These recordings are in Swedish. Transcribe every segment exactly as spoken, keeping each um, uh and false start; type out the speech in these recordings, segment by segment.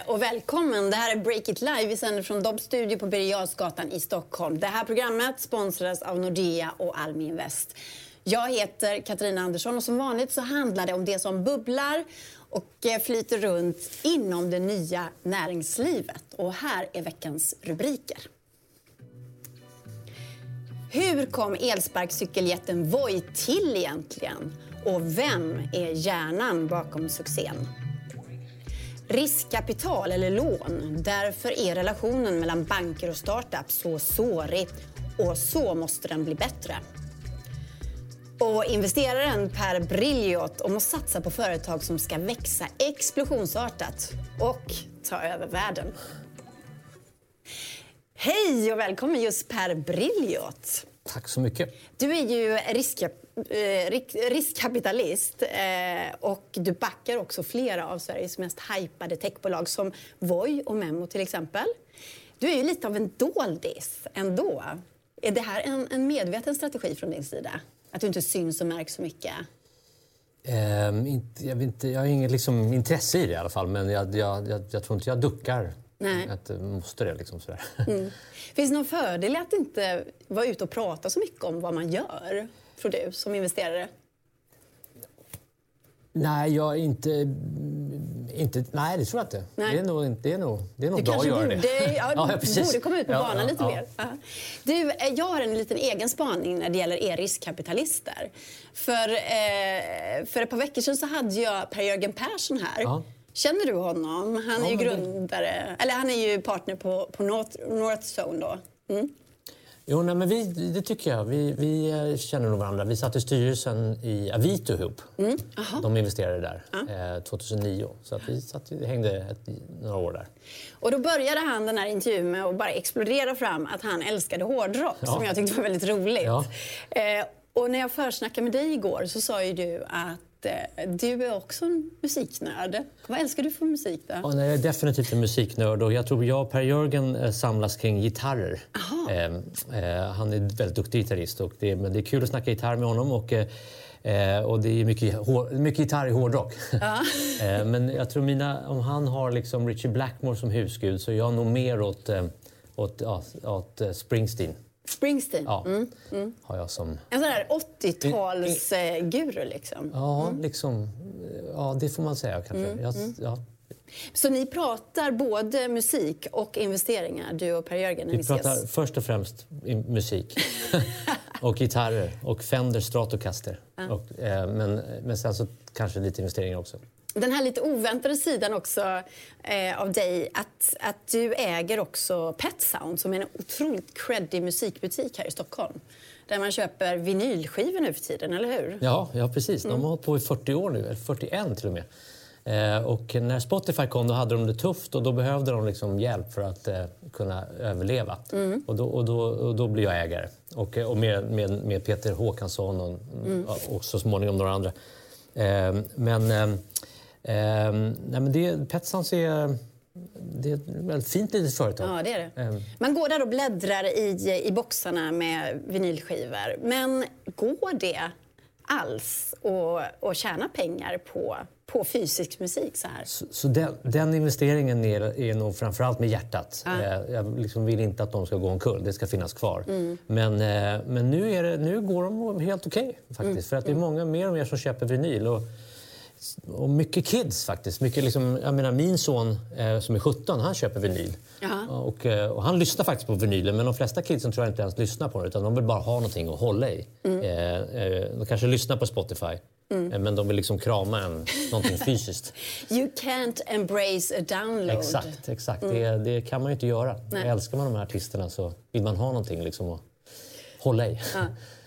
och välkommen. Det här är Break It Live. Vi sänder från Dobbs studio på Birger Jarlsgatan i Stockholm. Det här programmet sponsras av Nordea och Almi Invest. Jag heter Katarina Andersson och som vanligt så handlar det om det som bubblar och flyter runt inom det nya näringslivet. Och här är veckans rubriker. Hur kom elsparkcykeljätten Voi till egentligen? Och vem är hjärnan bakom succén? Riskkapital eller lån. Därför är relationen mellan banker och startups så sårig och så måste den bli bättre. Och investeraren Per Brilliot om att satsa på företag som ska växa explosionsartat och ta över världen. Hej och välkommen just Per Brilliot. Tack så mycket. Du är ju riskkapitalist. riskkapitalist eh, och du backar också flera av Sveriges mest hypade techbolag som Voi och Memo till exempel. Du är ju lite av en doldis ändå. Är det här en, en medveten strategi från din sida? Att du inte syns och märks så mycket? Um, inte, jag, vet inte, jag har inget liksom, intresse i det i alla fall, men jag, jag, jag, jag tror inte jag duckar. Nej. Att måste det liksom sådär. Mm. Finns det någon fördel att inte vara ute och prata så mycket om vad man gör, tror du, som investerare? Nej, jag inte, inte... Nej, det tror jag inte. Nej. Det är nog, det är nog, det är nog bra att göra borde, det. Ja, ja, du borde komma ut på banan ja, ja, lite ja. mer. Ja. Du, jag har en liten egen spaning när det gäller er riskkapitalister. För, eh, för ett par veckor sedan så hade jag Per-Jörgen Persson här. Ja. Känner du honom? Han är ja, ju grundare, det... eller han är ju partner på, på North, Northzone då. Mm. Jo, nej, men vi, det tycker jag. Vi, vi känner nog varandra. Vi satt i styrelsen i Avito ihop. Mm. De investerade där ja. eh, tjugohundranio. Så att vi satt, hängde ett, några år där. Och då började han den här intervjun med att bara explodera fram att han älskade hårdrock. Ja. Som jag tyckte var väldigt roligt. Ja. Eh, och när jag försnackade med dig igår så sa ju du att du är också en musiknörd. Vad älskar du för musik då? Ja, jag är definitivt en musiknörd och jag tror jag och Per-Jörgen samlas kring gitarrer. Eh, eh, han är väldigt duktig gitarrist och det, men det är kul att snacka gitarr med honom och, eh, och det är mycket, mycket gitarr i hårdrock. eh, men jag tror mina, om han har liksom Richie Blackmore som husgud så är jag nog mer åt, åt, åt, åt Springsteen. Springsteen? Ja, mm. Mm. har jag som... En sån där åttio-talsguru liksom. Ja, mm. liksom. Ja, det får man säga kanske. Mm. Jag, ja. Så ni pratar både musik och investeringar, du och Per-Jörgen? Vi pratar ses. Först och främst musik. och gitarrer och Fender Stratocaster. Ja. Och, eh, men, men sen så kanske lite investeringar också. Den här lite oväntade sidan också eh, av dig, att, att du äger också Pet Sound som är en otroligt creddig musikbutik här i Stockholm. Där man köper vinylskivor nu för tiden, eller hur? Ja, ja precis. De har hållit på i fyrtio år nu, eller fyrtioen till och med. Eh, och när Spotify kom då hade de det tufft och då behövde de liksom hjälp för att eh, kunna överleva. Mm. Och, då, och, då, och då blir jag ägare. Och, och med, med, med Peter Håkansson och, mm. och så småningom några andra. Eh, men... Eh, Eh, nej men det, Pet Sound är, det är ett väldigt fint litet företag. Ja, det är det. Eh. Man går där och bläddrar i, i boxarna med vinylskivor. Men går det alls att, att tjäna pengar på, på fysisk musik så här? Så, så den, den investeringen är, är nog framförallt med hjärtat. Ah. Eh, jag liksom vill inte att de ska gå omkull, det ska finnas kvar. Mm. Men, eh, men nu, är det, nu går de helt okej okay, faktiskt. Mm. För att det är många mer och mer som köper vinyl. Och, Och mycket kids faktiskt. Mycket liksom, jag menar, min son eh, som är sjutton, han köper vinyl. Och, eh, och han lyssnar faktiskt på vinylen. Men de flesta kidsen tror jag inte ens lyssnar på det. Utan de vill bara ha någonting att hålla i. Mm. Eh, eh, de kanske lyssnar på Spotify. Mm. Eh, men de vill liksom krama en, någonting fysiskt. You can't embrace a download. Exakt, exakt. Mm. Det, det kan man ju inte göra. Älskar man de här artisterna så vill man ha någonting liksom att hålla i. Ja.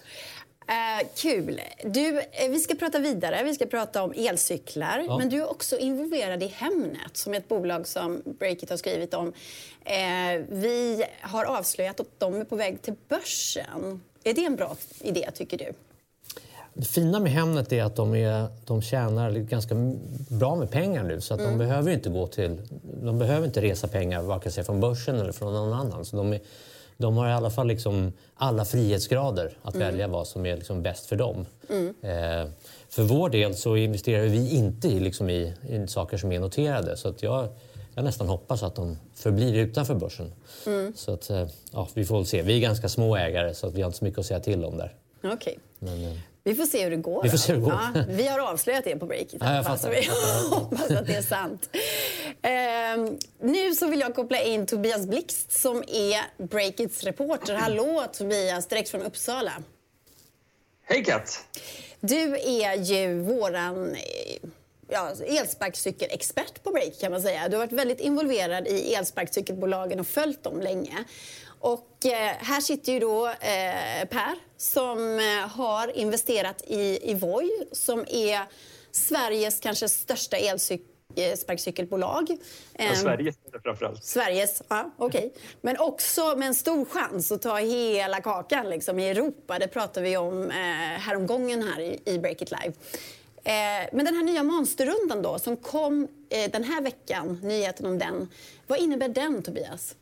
Uh, kul. Du, vi ska prata vidare. Vi ska prata om elcyklar. Ja. Men du är också involverad i Hemnet som är ett bolag som Breakit har skrivit om. Uh, vi har avslöjat att de är på väg till börsen. Är det en bra idé tycker du? Det fina med Hemnet är att de, är, de tjänar ganska bra med pengar nu. Så att mm. de behöver inte gå till... De behöver inte resa pengar vare sig från börsen eller från någon annan. Så de är... De har i alla fall liksom alla frihetsgrader att mm. välja vad som är liksom bäst för dem. Mm. Eh, för vår del så investerar vi inte i, liksom i, i saker som är noterade. Så att jag, jag nästan hoppas att de förblir utanför börsen. Mm. Så att, ja, vi får väl se. Vi är ganska små ägare så att vi har inte så mycket att säga till om där. Okej. Okay. Vi får se hur det går. Vi, får se hur det går. Ja, vi har avslöjat det på Breakit. Ja, jag fattar. Vi hoppas att det är sant. Eh, nu så vill jag koppla in Tobias Blixt som är Breakits reporter. Hallå Tobias, direkt från Uppsala. Hej Kat! Du är ju våran ja, elsparkcykelexpert på Breakit kan man säga. Du har varit väldigt involverad i elsparkcykelbolagen och följt dem länge. Och eh, här sitter ju då eh, Per som eh, har investerat i, i Voi som är Sveriges kanske största elsparkcykelbolag. Ja, eh, Sveriges framförallt. Sveriges, ja okej. Okay. Men också med en stor chans att ta hela kakan liksom, i Europa. Det pratar vi om eh, häromgången här i, i Breakit Live. Eh, men den här nya monsterrundan då som kom eh, den här veckan, nyheten om den. Vad innebär den Tobias?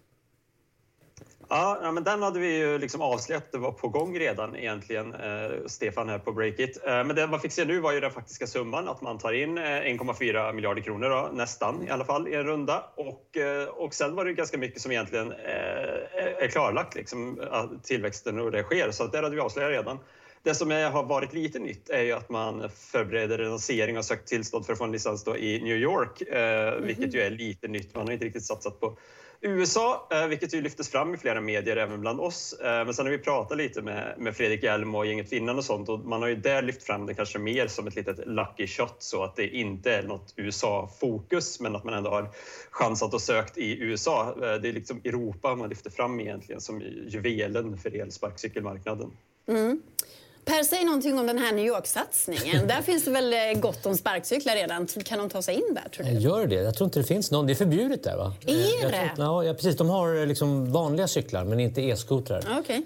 Ja, men den hade vi ju liksom avsläppt. Det var på gång redan egentligen, eh, Stefan här på Breakit. Eh, men det man fick se nu var ju den faktiska summan att man tar in eh, en komma fyra miljarder kronor då, nästan i alla fall i en runda. Och, eh, och sen var det ganska mycket som egentligen eh, är klarlagt, liksom, tillväxten och det sker. Så där hade vi avslöjat redan. Det som har varit lite nytt är ju att man förbereder en lansering och sökt tillstånd för att få en licens då i New York, eh, mm-hmm. vilket ju är lite nytt. Man har inte riktigt satsat på U S A, eh, vilket ju lyftes fram i flera medier även bland oss. Eh, men sen har vi pratat lite med, med Fredrik Hjelm och gänget Finland och sånt, och man har ju där lyft fram det kanske mer som ett litet lucky shot, så att det inte är något U S A-fokus men att man ändå har chansat och sökt i U S A. Eh, det är liksom Europa man lyfter fram egentligen som juvelen för elsparkcykelmarknaden. Mm. Per, säg någonting om den här New York-satsningen. Där finns det väl gott om sparkcyklar redan. Kan de ta sig in där, tror du? Gör det? Jag tror inte det finns någon. Det är förbjudet där, va? Är det? Jag tror, ja, ja, precis. De har liksom vanliga cyklar, men inte e-skotrar. Okay.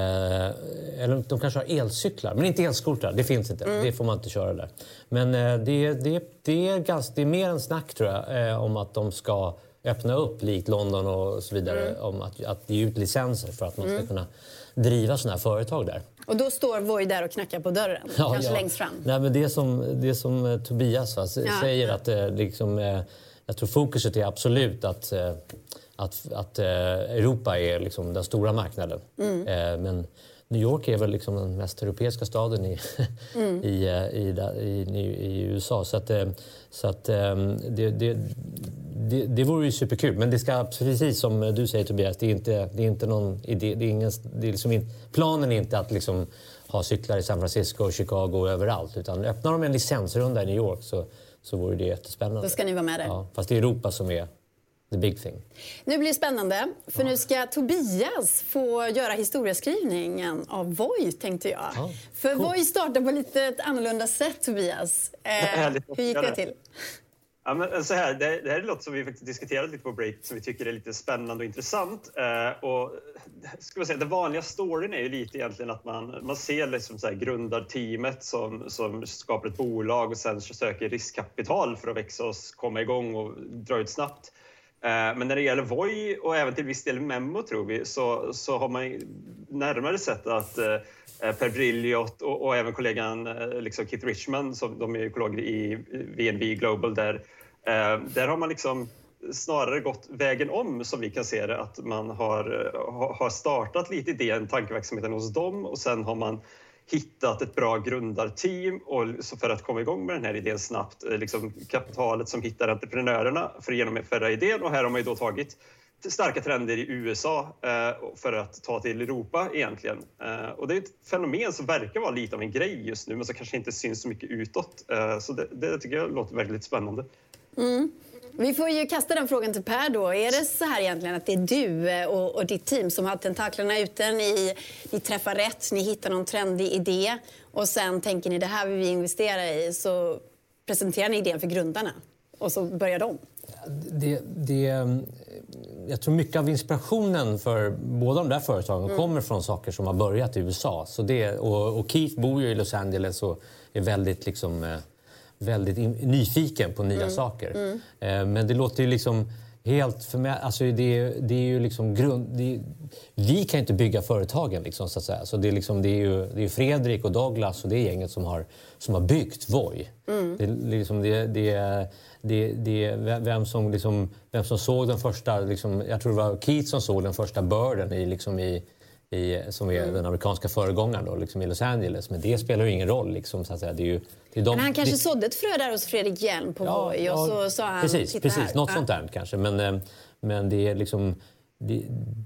Eh, eller de kanske har elcyklar, men inte elskotrar. Det finns inte. Mm. Det får man inte köra där. Men eh, det, det, det, är ganska, det är mer en snack, tror jag, eh, om att de ska öppna upp, likt London och så vidare, mm. om att, att ge ut licenser för att man ska mm. kunna driva sådana här företag där. Och då står Voi där och knackar på dörren, ja, kanske ja. längst fram. Nej, men det som, det som Tobias va, ja. säger, att eh, liksom, eh, jag tror fokuset är absolut att, eh, att, att eh, Europa är liksom den stora marknaden. Mm. Eh, men New York är väl liksom den mest europeiska staden i, mm. i, i, i, i, i U S A. Så att, så att det, det, det, det vore ju superkul. Men det ska, precis som du säger Tobias, det är inte, det är inte någon idé. Det är ingen, det är liksom inte, planen är inte att liksom ha cyklar i San Francisco, Chicago och överallt. Utan öppnar de en licensrunda i New York så, så vore det jättespännande. Då ska ni vara med där. Ja, fast det är Europa som är the big thing. Nu blir det spännande, för ja. nu ska Tobias få göra historieskrivningen av Voi, tänkte jag. Ja, för cool. Voi startar på lite ett annorlunda sätt, Tobias. Eh, hur gick det till? Ja, men så här, det, det här är något som vi faktiskt diskuterat lite på Break som vi tycker är lite spännande och intressant. Eh, och ska man säga, den vanliga storyn är ju lite egentligen att man, man ser liksom så här grundarteamet som, som skapar ett bolag och sen söker riskkapital för att växa och komma igång och dra ut snabbt. Men när det gäller Voi och även till viss del Memmo, tror vi, så, så har man närmare sett att eh, Per Brilliot och, och även kollegan eh, liksom Kit Richman, som de är ekologer i V N B Global där, eh, där har man liksom snarare gått vägen om, som vi kan se det, att man har, har startat lite idén, tankeverksamheten hos dem, och sen har man hittat ett bra grundarteam och så för att komma igång med den här idén snabbt, liksom kapitalet som hittar entreprenörerna för att genomföra idén. Och här har man ju då tagit starka trender i U S A eh, för att ta till Europa egentligen. Eh, och det är ett fenomen som verkar vara lite av en grej just nu, men som kanske inte syns så mycket utåt. Eh, så det, det tycker jag låter väldigt spännande. Mm. Vi får ju kasta den frågan till Per då. Är det så här egentligen att det är du och, och ditt team som har tentaklarna ute, ni, ni träffar rätt, ni hittar någon trendig idé och sen tänker ni det här vill vi investera i, så presenterar ni idén för grundarna och så börjar de? Det, det, jag tror mycket av inspirationen för båda de där företagen mm. kommer från saker som har börjat i U S A. Så det, och, och Keith bor ju i Los Angeles och är väldigt liksom... väldigt in, nyfiken på nya mm. saker. Mm. Eh, men det låter ju liksom... helt för mig, alltså det, det är ju liksom grund, det, vi kan inte bygga företagen liksom, så att säga. Så det är liksom, det är ju det är Fredrik och Douglas och det är gänget som har som har byggt Voi. Mm. Det liksom det det det det vem som liksom vem som såg den första liksom, jag tror det var Keith som såg den första birden i liksom i I, som är mm. den amerikanska föregångaren då, liksom i Los Angeles. Men det spelar ju ingen roll. Liksom, så att säga. Det är ju, det är de, men han kanske det, sådde ett frö där hos Fredrik Hjelm på ja, Voi och ja, så sa han, precis, titta precis, här. något ja. sånt där kanske. Men, men det är liksom... Det,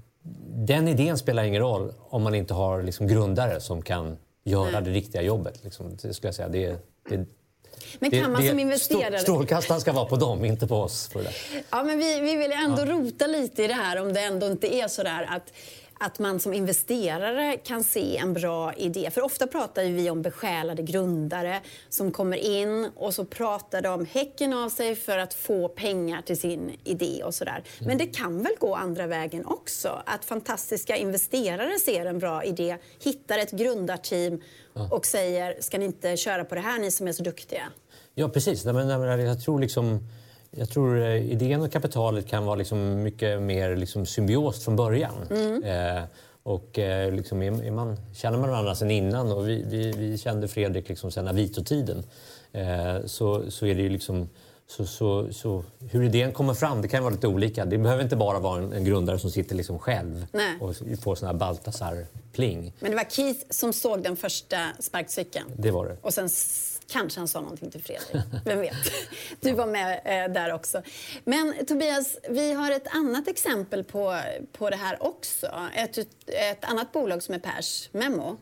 den idén spelar ingen roll om man inte har liksom grundare som kan göra Nej. det riktiga jobbet. Liksom, det skulle jag säga. Det, det, Men kan man det, som investerare... Strålkastaren ska vara på dem, inte på oss. För det. Ja, men vi, vi vill ändå ja. rota lite i det här om det ändå inte är så där att att man som investerare kan se en bra idé. För ofta pratar vi om besjälade grundare som kommer in och så pratar de häcken av sig för att få pengar till sin idé och sådär. Mm. Men det kan väl gå andra vägen också? Att fantastiska investerare ser en bra idé, hittar ett grundarteam ja. och säger, ska ni inte köra på det här, ni som är så duktiga? Ja, precis. Men, jag tror liksom... Jag tror idén och kapitalet kan vara liksom mycket mer liksom symbiost från början. Mm. Eh, och eh, liksom är, är man, känner man varandra sedan innan och vi, vi, vi kände Fredrik liksom sedan Avito-tiden. Eh, så, så är det ju liksom... Så, så, så hur idén kommer fram, det kan vara lite olika. Det behöver inte bara vara en, en grundare som sitter liksom själv Nej. och får sån här Baltasar-pling. Men det var Keith som såg den första sparkcykeln. Det var det. Och sen kanske han sa någonting till Fredrik. Vem vet? Du var med eh, där också. Men Tobias, vi har ett annat exempel på, på det här också. Ett, ett annat bolag som är Pers, Memo.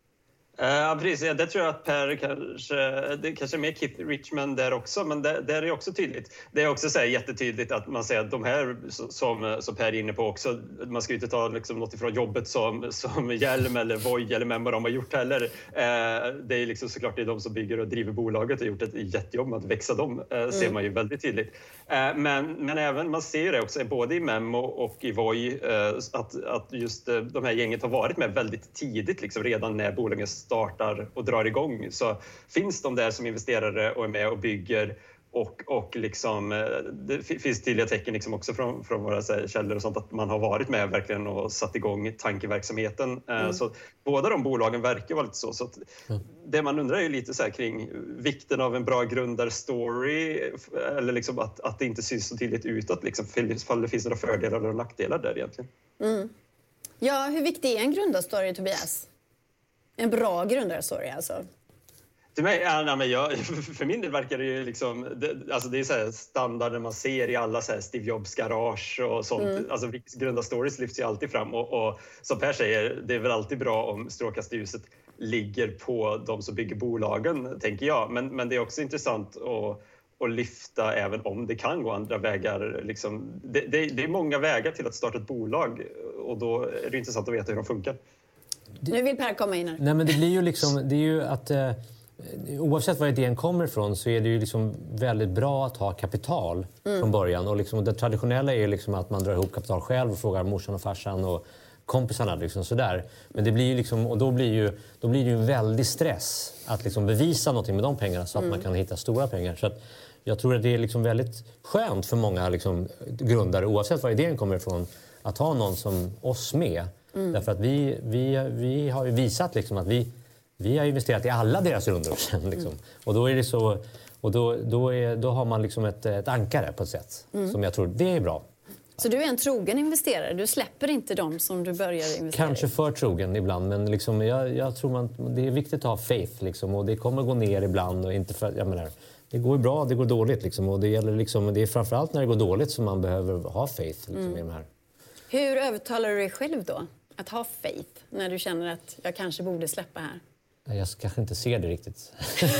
Ja, uh, precis. Det tror jag att Per kanske, det kanske är mer Keith Richman där också, men det, det är också tydligt. Det är också så här jättetydligt att man säger att de här som, som Per är inne på också, man ska ju inte ta liksom något ifrån jobbet som, som Hjelm eller Voi eller Member de har gjort heller. Uh, det är liksom såklart det är de som bygger och driver bolaget och gjort ett jättejobb att växa dem, uh, mm. ser man ju väldigt tydligt. Uh, men, men även, man ser det också både i Memo och i Voi, uh, att, att just uh, de här gänget har varit med väldigt tidigt, liksom redan när bolaget startar och drar igång, så finns de där som investerare och är med och bygger och, och liksom, det finns tydliga tecken liksom också från, från våra här, källor och sånt att man har varit med verkligen och satt igång tankeverksamheten. Mm. Så båda de bolagen verkar vara lite så. så att mm. Det man undrar är ju lite så här kring vikten av en bra grundarstory eller liksom att, att det inte syns så tydligt utåt, liksom, ifall det finns några fördelar eller nackdelar där egentligen. Mm. Ja, hur viktig är en grundarstory, Tobias? En bra grundarstory alltså? Till mig, ja, nej, men jag, för min del verkar det ju liksom, det, alltså det är så här standarden man ser i alla så här Steve Jobs garage och sånt. Mm. Alltså grundarstories lyfts ju alltid fram och, och som Per säger, det är väl alltid bra om strålkastarljuset ligger på de som bygger bolagen, tänker jag. Men, men det är också intressant att, att lyfta även om det kan gå andra vägar. Liksom, det, det, det är många vägar till att starta ett bolag och då är det intressant att veta hur de funkar. Nu vill Per komma in här. Nej, men det blir ju liksom, det är ju att eh, oavsett var idén kommer ifrån så är det ju liksom väldigt bra att ha kapital mm. från början. Och liksom, det traditionella är ju liksom att man drar ihop kapital själv och frågar morsan och farsan och kompisarna liksom sådär. Men det blir ju liksom, och då blir ju, då blir det ju en väldig stress att liksom bevisa någonting med de pengarna så att mm. man kan hitta stora pengar. Så att jag tror att det är liksom väldigt skönt för många liksom grundare oavsett var idén kommer ifrån att ha någon som oss med. Mm. Därför att vi, vi, vi har ju visat liksom att vi, vi har investerat i alla deras rundor sen. Liksom. Mm. Och då är det så, och då, då, är, då har man liksom ett, ett ankare på ett sätt mm. som jag tror det är bra. Så du är en trogen investerare? Du släpper inte dem som du börjar investera Kanske i? För trogen ibland, men liksom jag, jag tror man, det är viktigt att ha faith liksom, och det kommer gå ner ibland och inte för, jag menar, det går bra, det går dåligt liksom, och det gäller liksom, det är framförallt när det går dåligt som man behöver ha faith liksom, mm. i de här. Hur övertalar du dig själv då? Att ha faith när du känner att jag kanske borde släppa här? Jag kanske inte ser det riktigt.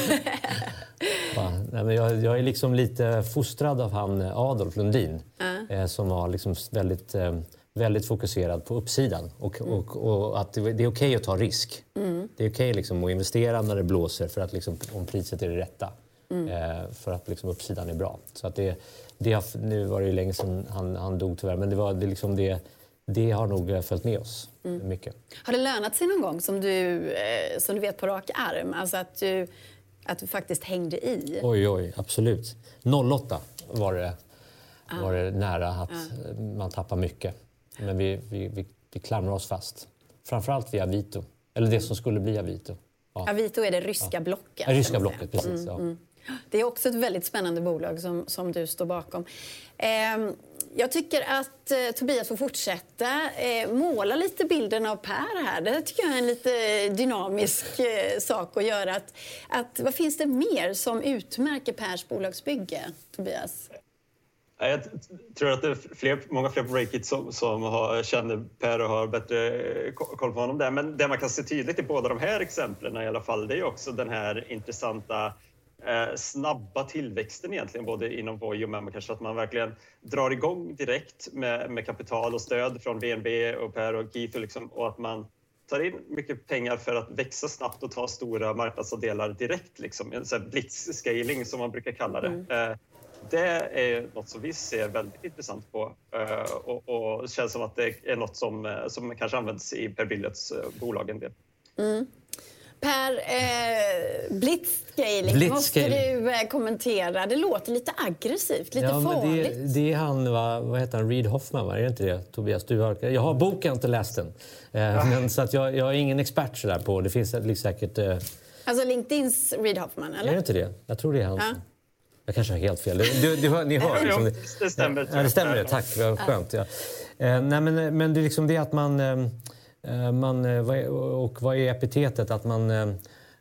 Nej, men jag, jag är liksom lite fostrad av han Adolf Lundin uh. eh, som var liksom väldigt, eh, väldigt fokuserad på uppsidan. Och, mm. och, och att det, det är okej okay att ta risk. Mm. Det är okej okay liksom att investera när det blåser för att liksom, om priset är det rätta. Mm. Eh, för att liksom, uppsidan är bra. Så att det, det har, nu var det ju länge sedan han, han dog tyvärr, men det var det liksom det... Det har nog följt med oss mm. mycket. Har det lönat sig någon gång som du, eh, som du vet på rak arm? Alltså att du, att du faktiskt hängde i? Oj, oj, absolut. noll åtta var det. var det nära att ja. man tappar mycket. Men vi, vi, vi, vi klamrar oss fast. Framförallt via Avito. Eller det som skulle bli Avito. Ja. Avito är det ryska ja. blocket. Ja, ryska blocket, precis. Mm, ja. mm. Det är också ett väldigt spännande bolag som, som du står bakom. Eh, jag tycker att eh, Tobias får fortsätta eh, måla lite bilden av Per här. Det tycker jag är en lite dynamisk eh, sak att göra. Att, att, vad finns det mer som utmärker Pers bolagsbygge, Tobias? Jag tror att det är fler, många fler på Breakit som, som har, känner Per och har bättre koll på honom där. Men det man kan se tydligt i båda de här exemplen i alla fall, det är också den här intressanta eh, snabba tillväxten egentligen, både inom Voi och Memma kanske, att man verkligen drar igång direkt med, med kapital och stöd från V N B och Per och Keith och, liksom, och att man tar in mycket pengar för att växa snabbt och ta stora marknadsandelar direkt. Liksom. En sån här blitzscaling som man brukar kalla det. Mm. Eh, Det är något som vi ser väldigt intressant på och, och känns som att det är något som, som kanske används i Per Billets bolag en del. Mm. Per, eh, blitzscaling, blitzscaling måste du eh, kommentera. Det låter lite aggressivt, lite ja, farligt. Det, det är han, vad, vad heter han, Reid Hoffman, va? Är det inte det, Tobias? Du har, jag har boken, inte läst den. Eh, ja. men, så att jag, jag är ingen expert så där på. Det finns liksom säkert... Eh... Alltså LinkedIns Reid Hoffman, eller? Är det inte det? Jag tror det är han. Ja. Jag kanske har helt fel. Du, du, hör, ni hör liksom, jo, det stämmer. Ja, det stämmer det. Tack, vad skönt. Ja. Eh, nej, men, men det är liksom det att man... Eh, man och vad är epitetet? Att man... Eh,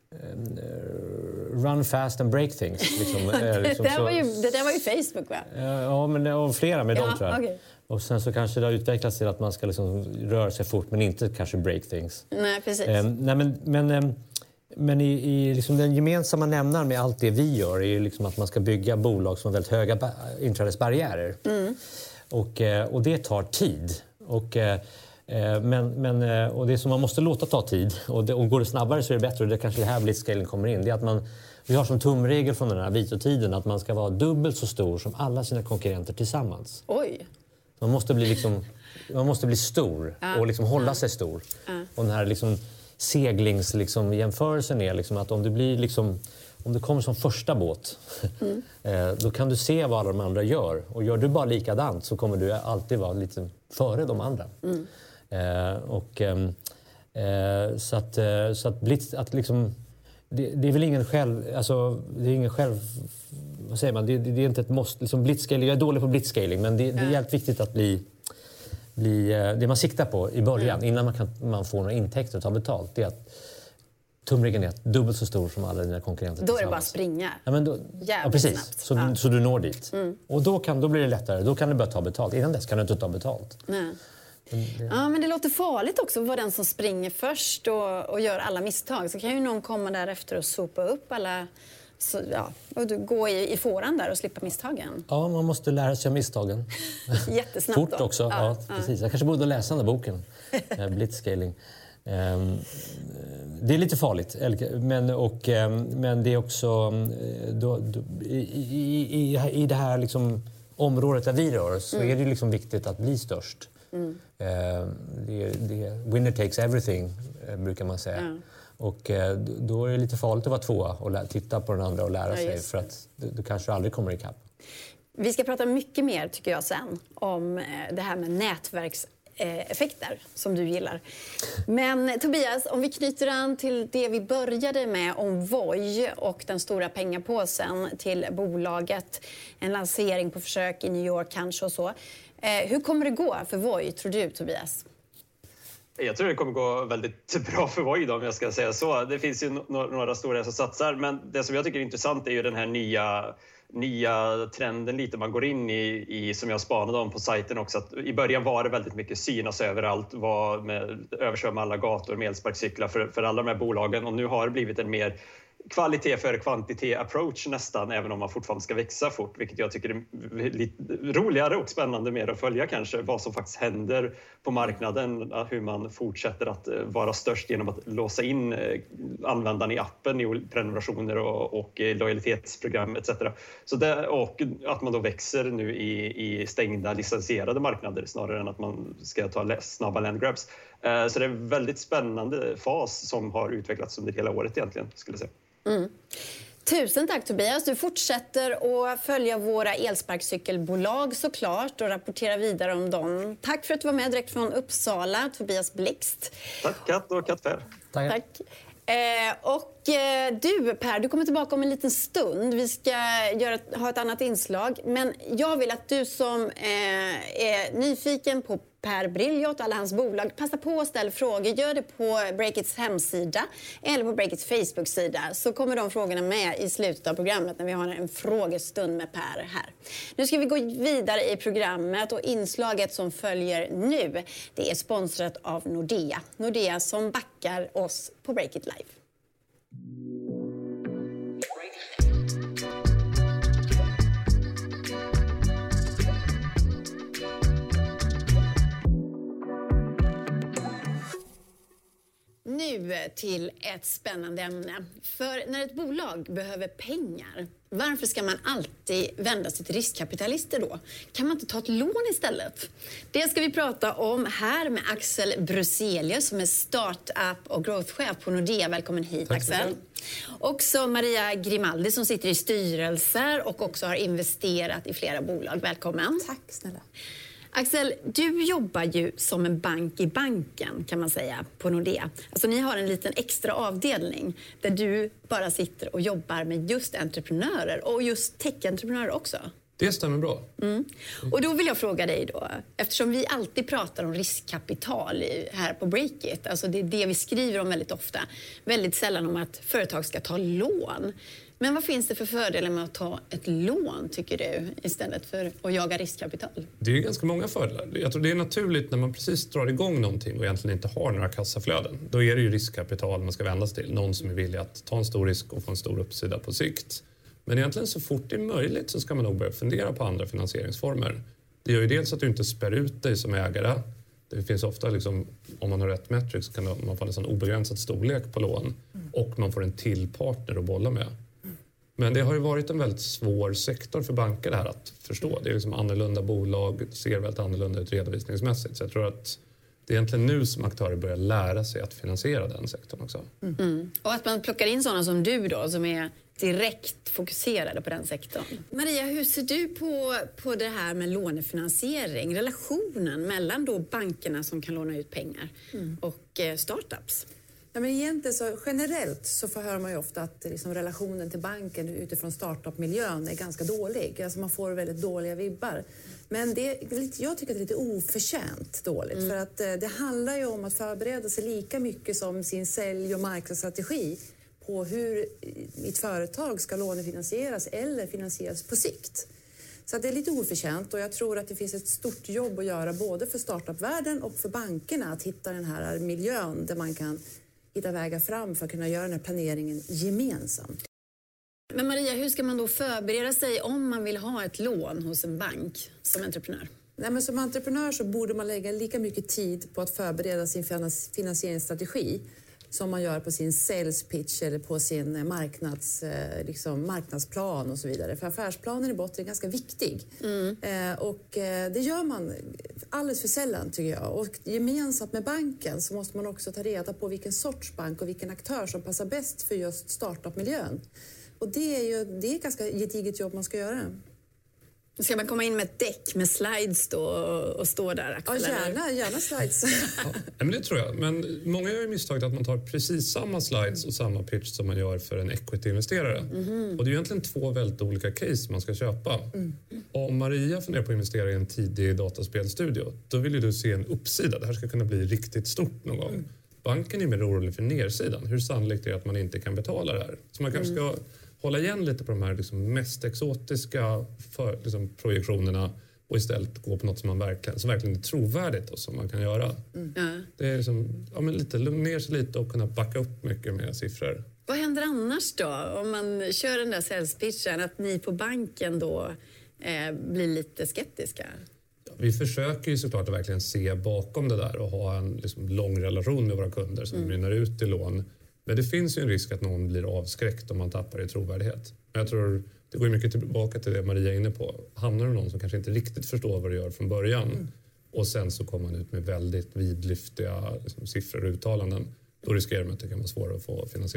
run fast and break things. Liksom, eh, liksom, det, där var ju, det där var ju Facebook, va? Ja, men och flera med ja, dem, tror jag. Okay. Och sen så kanske det har utvecklats till att man ska liksom röra sig fort, men inte kanske break things. Nej, precis. Eh, nej, men... men eh, Men i, i liksom den gemensamma nämnaren med allt det vi gör är ju liksom att man ska bygga bolag som har väldigt höga ba- inträdesbarriärer. Mm. Och, och det tar tid. Och, men, men, och det som man måste låta ta tid, och, det, och går det snabbare så är det bättre, och det kanske det här blitzscaling kommer in, det är att man, vi har som tumregel från den här Avito-tiden att man ska vara dubbelt så stor som alla sina konkurrenter tillsammans. Oj! Man måste bli, liksom, man måste bli stor ja. och liksom hålla ja. sig stor. Ja. Och den här liksom, seglingsjämförelsen liksom, är liksom att om du blir liksom, om du kommer som första båt mm. eh, då kan du se vad alla de andra gör, och gör du bara likadant så kommer du alltid vara lite före de andra. Mm. Eh, och eh, så att eh, så att blitz att liksom det, det är väl ingen själv alltså det är ingen själv vad säger man det, det, det är inte ett måste liksom blitzscaling. Jag är dålig på blitzscaling, men det, det är jävligt viktigt att bli Bli, det man siktar på i början, mm. innan man, kan, man får några intäkter och ta betalt, det är att tumregeln är dubbelt så stor som alla dina konkurrenter. Då är det bara att springa. Ja, men då, ja, precis. Snabbt. Så, ja. så du når dit. Mm. Och då, kan, då blir det lättare. Då kan du börja ta betalt. Innan dess kan du inte ta betalt. Nej. Men det... Ja, men det låter farligt också att vara den som springer först och, och gör alla misstag. Så kan ju någon komma därefter och sopa upp alla... Så, ja, och du går i, i fåran där och slippa misstagen. Ja, man måste lära sig av misstagen. Jättesnabbt. Fort då. också. Ja, ja, precis. Jag kanske borde läsa den där boken. Blitzscaling. Um, det är lite farligt. Men, och, um, men det är också... Då, då, i, i, i, I det här liksom, området där vi rör så mm. är det liksom viktigt att bli störst. Mm. Uh, det, det, winner takes everything, brukar man säga. Mm. Och eh, då är det lite farligt att vara tvåa och lä- titta på den andra och lära ja, sig, för att du, du kanske aldrig kommer ikapp. Vi ska prata mycket mer, tycker jag, sen om eh, det här med nätverkseffekter eh, som du gillar. Men Tobias, om vi knyter an till det vi började med om Voi och den stora pengapåsen till bolaget, en lansering på försök i New York kanske och så. Eh, hur kommer det gå för Voi, tror du, Tobias? Jag tror det kommer gå väldigt bra för Voi, om jag ska säga så. Det finns ju några stora som satsar, men det som jag tycker är intressant är ju den här nya, nya trenden lite man går in i, i, som jag spanade om på sajten också. Att i början var det väldigt mycket synas överallt, var med, översvämma alla gator med elsparkcyklar för, för alla de här bolagen, och nu har det blivit en mer kvalitet för kvantitet approach nästan, även om man fortfarande ska växa fort, vilket jag tycker är lite roligare och spännande mer att följa kanske, vad som faktiskt händer på marknaden, hur man fortsätter att vara störst genom att låsa in användaren i appen i prenumerationer och, och lojalitetsprogram et cetera. Så det, och att man då växer nu i, i stängda licensierade marknader snarare än att man ska ta snabba landgrabs. Så det är en väldigt spännande fas som har utvecklats under hela året egentligen, skulle jag säga. Mm. Tusen tack Tobias. Du fortsätter att följa våra elsparkcykelbolag såklart och rapportera vidare om dem. Tack för att du var med direkt från Uppsala, Tobias Blixt. Tack Kat och Katfer. Tack. Tack. Eh, och eh, du Per, du kommer tillbaka om en liten stund. Vi ska göra ett, ha ett annat inslag. Men jag vill att du som eh, är nyfiken på Per Brilliot och alla hans bolag, passa på att ställa frågor. Gör det på Breakits hemsida eller på Breakits Facebook-sida. Så kommer de frågorna med i slutet av programmet när vi har en frågestund med Per här. Nu ska vi gå vidare i programmet och inslaget som följer nu, det är sponsrat av Nordea. Nordea som backar oss på Breakit Live. Nu till ett spännande ämne. För när ett bolag behöver pengar, varför ska man alltid vända sig till riskkapitalister då? Kan man inte ta ett lån istället? Det ska vi prata om här med Axel Bruzelius som är startup och growthchef på Nordea. Välkommen hit Axel. Också Maria Grimaldi som sitter i styrelser och också har investerat i flera bolag. Välkommen. Tack snälla. Axel, du jobbar ju som en bank i banken kan man säga på Nordea. Alltså ni har en liten extra avdelning där du bara sitter och jobbar med just entreprenörer och just tech-entreprenörer också. Det stämmer bra. Mm. Och då vill jag fråga dig då, eftersom vi alltid pratar om riskkapital här på Breakit, alltså det är det vi skriver om väldigt ofta, väldigt sällan om att företag ska ta lån. Men vad finns det för fördelar med att ta ett lån tycker du istället för att jaga riskkapital? Det är ganska många fördelar. Jag tror det är naturligt när man precis drar igång någonting och egentligen inte har några kassaflöden. Då är det ju riskkapital man ska vända sig till. Någon som är villig att ta en stor risk och få en stor uppsida på sikt. Men egentligen så fort det är möjligt så ska man nog börja fundera på andra finansieringsformer. Det gör ju dels att du inte spär ut dig som ägare. Det finns ofta, liksom, om man har rätt metric så kan man få en obegränsad storlek på lån. Och man får en till partner att bolla med. Men det har ju varit en väldigt svår sektor för banker det här att förstå. Det är liksom annorlunda bolag, ser väldigt annorlunda ut redovisningsmässigt. Så jag tror att det är egentligen nu som aktörer börjar lära sig att finansiera den sektorn också. Mm. Mm. Och att man plockar in sådana som du då, som är direkt fokuserade på den sektorn. Maria, hur ser du på, på det här med lånefinansiering? Relationen mellan då bankerna som kan låna ut pengar mm. och eh, startups? Ja, men egentligen så generellt så får hör man ju ofta att liksom, relationen till banken utifrån startup-miljön är ganska dålig. Alltså man får väldigt dåliga vibbar. Men det är lite, jag tycker att det är lite oförtjänt dåligt. Mm. För att eh, det handlar ju om att förbereda sig lika mycket som sin sälj- och marknadsstrategi på hur mitt företag ska lånefinansieras eller finansieras på sikt. Så att det är lite oförtjänt och jag tror att det finns ett stort jobb att göra både för startupvärlden och för bankerna att hitta den här miljön där man kan hitta vägar fram för att kunna göra den här planeringen gemensamt. Men Maria, hur ska man då förbereda sig om man vill ha ett lån hos en bank som entreprenör? Nej, men som entreprenör så borde man lägga lika mycket tid på att förbereda sin finansieringsstrategi som man gör på sin sales pitch eller på sin marknads, liksom marknadsplan och så vidare. För affärsplanen i botten är ganska viktig. Mm. Eh, och eh, det gör man alldeles för sällan tycker jag. Och gemensamt med banken så måste man också ta reda på vilken sorts bank och vilken aktör som passar bäst för just startup-miljön. Och det är ju det är ett ganska gediget jobb man ska göra. Ska man komma in med ett däck med slides då och stå där? Axel, ja, gärna, gärna slides. Ja, men det tror jag. Men många gör ju misstaget att man tar precis samma slides och samma pitch som man gör för en equity-investerare. Mm. Och det är egentligen två väldigt olika case man ska köpa. Mm. Om Maria funderar på att investera i en tidig dataspelstudio, då vill ju du se en uppsida. Det här ska kunna bli riktigt stort någon gång. Mm. Banken är mer orolig för nersidan. Hur sannolikt är det att man inte kan betala det här? Så man kanske ska hålla igen lite på de här liksom mest exotiska för, liksom, projektionerna och istället gå på något som, man verkligen, som verkligen är trovärdigt och som man kan göra. Mm. Det är liksom, ja, men lite, lugna ner sig lite och kunna backa upp mycket med siffror. Vad händer annars då om man kör den där salespitchen att ni på banken då eh, blir lite skeptiska? Ja, vi försöker ju såklart att verkligen se bakom det där och ha en liksom, lång relation med våra kunder som mm. rinner ut i lån. Men det finns ju en risk att någon blir avskräckt om man tappar i trovärdighet. Men jag tror det går mycket tillbaka till det Maria är inne på. Hamnar det någon som kanske inte riktigt förstår vad det gör från början mm. och sen så kommer man ut med väldigt vidlyftiga liksom, siffror och uttalanden, då riskerar man att det kan vara svårare att få finansiering.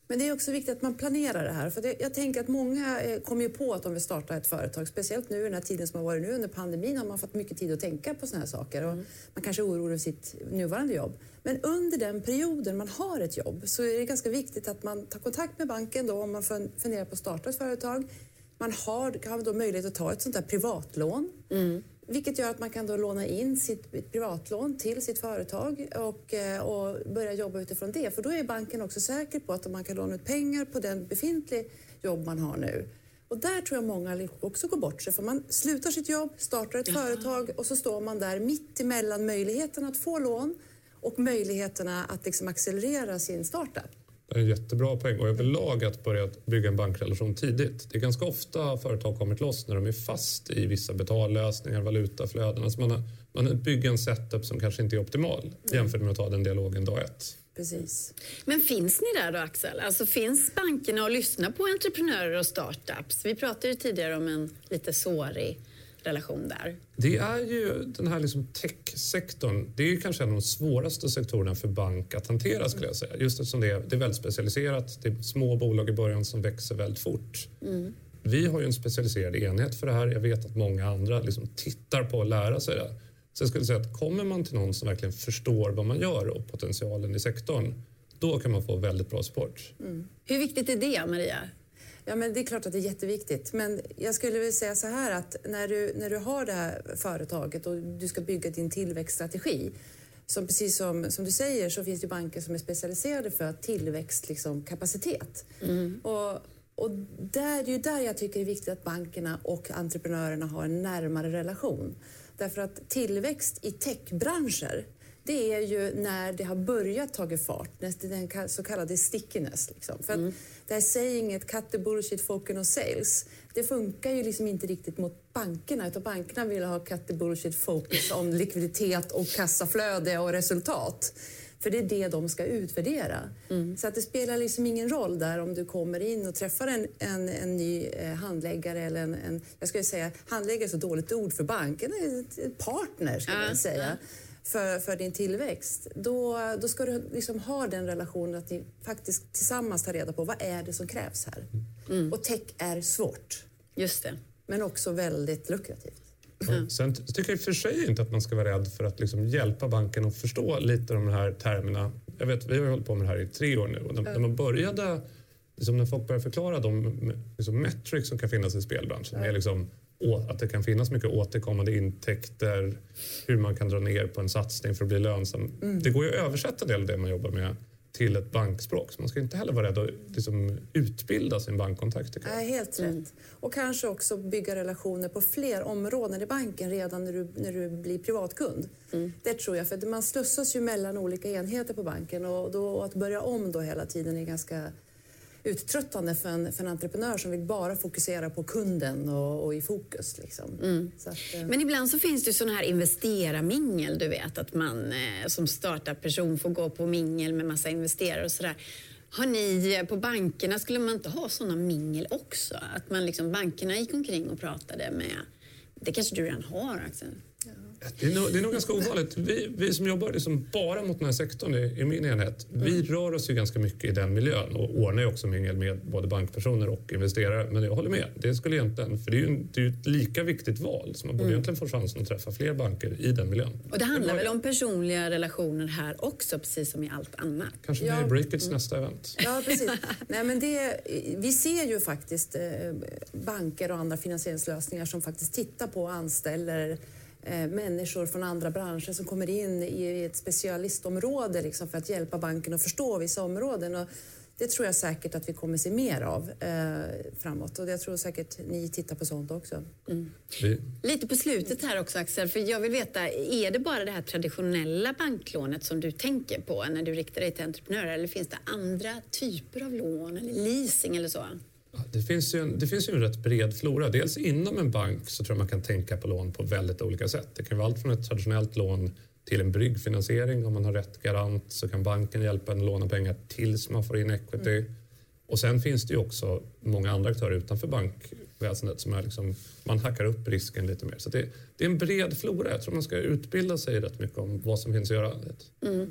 Men det är också viktigt att man planerar det här. För det, jag tänker att många eh, kommer ju på att de vill starta ett företag. Speciellt nu i den här tiden som har varit nu under pandemin har man fått mycket tid att tänka på såna här saker. Och mm. man kanske är orolig för sitt nuvarande jobb. Men under den perioden man har ett jobb så är det ganska viktigt att man tar kontakt med banken då om man funderar på att starta ett företag. Man har, har då möjlighet att ta ett sånt där privatlån. Mm. Vilket gör att man kan då låna in sitt privatlån till sitt företag och, och börja jobba utifrån det. För då är banken också säker på att man kan låna ut pengar på den befintliga jobb man har nu. Och där tror jag många också går bort sig. För man slutar sitt jobb, startar ett företag och så står man där mitt emellan möjligheten att få lån och möjligheterna att liksom accelerera sin startup. Det är en jättebra poäng och överlag att börja bygga en bankrelation tidigt. Det är ganska ofta företag kommer till oss när de är fast i vissa betallösningar, valutaflöden. Alltså man, har, man bygger en setup som kanske inte är optimal mm. jämfört med att ta den dialogen dag ett. Precis. Men finns ni där då, Axel? Alltså finns bankerna att lyssna på entreprenörer och startups? Vi pratade ju tidigare om en lite sårig relation där. Det är ju den här liksom tech-sektorn. Det är ju kanske en av de svåraste sektorerna för bank att hantera skulle jag säga. Just eftersom det är, det är väldigt specialiserat. Det är små bolag i början som växer väldigt fort. Mm. Vi har ju en specialiserad enhet för det här. Jag vet att många andra liksom tittar på att lära sig det. Så jag skulle säga att kommer man till någon som verkligen förstår vad man gör och potentialen i sektorn, då kan man få väldigt bra support. Mm. Hur viktigt är det, Maria? Ja, men det är klart att det är jätteviktigt. Men jag skulle vilja säga så här att när du, när du har det här företaget och du ska bygga din tillväxtstrategi, som precis som, som du säger så finns det banker som är specialiserade för tillväxt, liksom, kapacitet. Mm. Och, och där, det är ju där jag tycker det är viktigt att bankerna och entreprenörerna har en närmare relation. Därför att tillväxt i techbranscher, det är ju när det har börjat ta fart, den så kallade stickiness. Liksom. För mm. att det här sayinget cut the bullshit, focus on sales, det funkar ju liksom inte riktigt mot bankerna, utan bankerna vill ha cut the bullshit, focus om likviditet och kassaflöde och resultat. För det är det de ska utvärdera. Mm. Så att det spelar liksom ingen roll där om du kommer in och träffar en, en, en ny handläggare eller en, en, jag skulle säga, handläggare är så dåligt ord för banken, en partner skulle jag säga. Mm. För, för din tillväxt, då, då ska du liksom ha den relationen att ni faktiskt tillsammans tar reda på vad är det som krävs här. Mm. Och tech är svårt. Just det. Men också väldigt lukrativt. Mm. Sen tycker jag för sig inte att man ska vara rädd för att liksom hjälpa banken att förstå lite av de här termerna. Jag vet, vi har hållit på med det här i tre år nu. Och när, mm. när man började, liksom när folk började förklara de liksom metrics som kan finnas i spelbranschen, mm. är liksom att det kan finnas mycket återkommande intäkter, hur man kan dra ner på en satsning för att bli lönsam. Mm. Det går ju att översätta en del av det man jobbar med till ett bankspråk. Så man ska inte heller vara rädd att liksom utbilda sin bankkontakt. Ja, helt rätt. Mm. Och kanske också bygga relationer på fler områden i banken redan när du, när du blir privatkund. Mm. Det tror jag, för man slussas ju mellan olika enheter på banken och, då, och att börja om då hela tiden är ganska uttröttande för en, för en entreprenör som vill bara fokusera på kunden och, och i fokus. Liksom. Mm. Så att, eh. Men ibland så finns det sån här investerarmingel, du vet, att man eh, som startup-person får gå på mingel med massa investerare och sådär. Har ni på bankerna, skulle man inte ha såna mingel också? Att man liksom, bankerna gick omkring och pratade med, det kanske du redan har, Axel? Ja. Det är, nog, det är nog ganska ovanligt. Vi, vi som jobbar liksom bara mot den här sektorn i, i min enhet, mm. vi rör oss ju ganska mycket i den miljön och ordnar ju också mingel med både bankpersoner och investerare. Men jag håller med, det skulle egentligen, för det är ju, det är ju ett lika viktigt val, så man borde mm. egentligen få chansen att träffa fler banker i den miljön. Och det handlar det väl om personliga relationer här också, precis som i allt annat? Kanske ja. med Breakits mm. nästa event. Ja, precis. Nej, men det, vi ser ju faktiskt eh, banker och andra finansieringslösningar som faktiskt tittar på och anställer Eh, människor från andra branscher som kommer in i ett specialistområde liksom, för att hjälpa banken att förstå vissa områden. Och det tror jag säkert att vi kommer se mer av eh, framåt. Och jag tror säkert ni tittar på sånt också. Mm. Mm. Lite på slutet här också, Axel, för jag vill veta, är det bara det här traditionella banklånet som du tänker på när du riktar dig till entreprenörer, eller finns det andra typer av lån eller leasing eller så? Det finns, ju en, det finns ju en rätt bred flora. Dels inom en bank så tror jag man kan tänka på lån på väldigt olika sätt. Det kan vara allt från ett traditionellt lån till en bryggfinansiering. Om man har rätt garant så kan banken hjälpa en att låna pengar tills man får in equity. Mm. Och sen finns det ju också många andra aktörer utanför bankväsendet som är liksom, man hackar upp risken lite mer. Så det, det är en bred flora. Jag tror man ska utbilda sig rätt mycket om vad som finns att göra. Mm.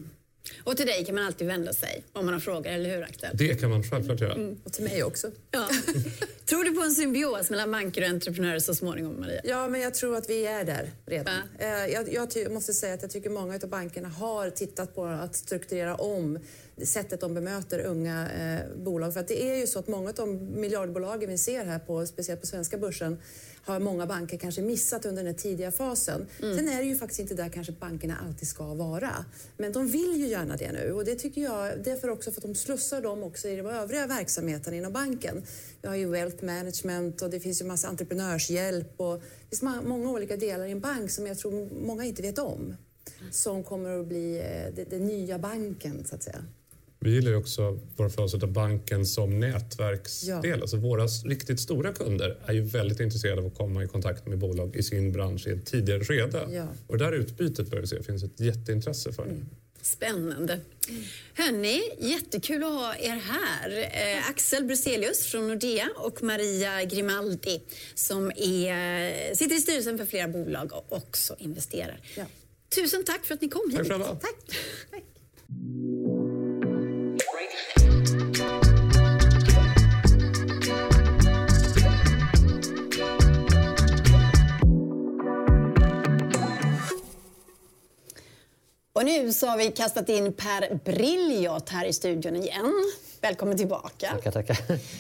Och till dig kan man alltid vända sig om man har frågor, eller hur Axel? Det kan man självklart göra. Mm. Och till mig också. Ja. Tror du på en symbios mellan banker och entreprenörer så småningom, Maria? Ja, men jag tror att vi är där redan. Ja. Jag, jag ty- måste säga att jag tycker många av bankerna har tittat på att strukturera om sättet de bemöter unga eh, bolag. För att det är ju så att många av de miljardbolagen vi ser här, på, speciellt på svenska börsen, har många banker kanske missat under den här tidiga fasen. Mm. Sen är det ju faktiskt inte där kanske bankerna alltid ska vara. Men de vill ju gärna det nu, och det tycker jag, därför också för att de slussar dem också i de övriga verksamheten inom banken. Vi har ju wealth management och det finns ju massa entreprenörshjälp och det finns många olika delar i en bank som jag tror många inte vet om. Som kommer att bli det, det nya banken, så att säga. Vi gillar ju också vår förståelse av banken som nätverksdel. Ja. Alltså våra riktigt stora kunder är ju väldigt intresserade av att komma i kontakt med bolag i sin bransch i ett tidigare skede. Ja. Och där utbytet börjar vi se, finns ett jätteintresse för det. Mm. Spännande. Mm. Hörrni, jättekul att ha er här. Eh, Axel Bruzelius från Nordea och Maria Grimaldi som är, sitter i styrelsen för flera bolag och också investerar. Ja. Tusen tack för att ni kom hit. Tack själva. Tack. Tack. Och nu så har vi kastat in Per Brilliot här i studion igen. Välkommen tillbaka. Tackar, tackar.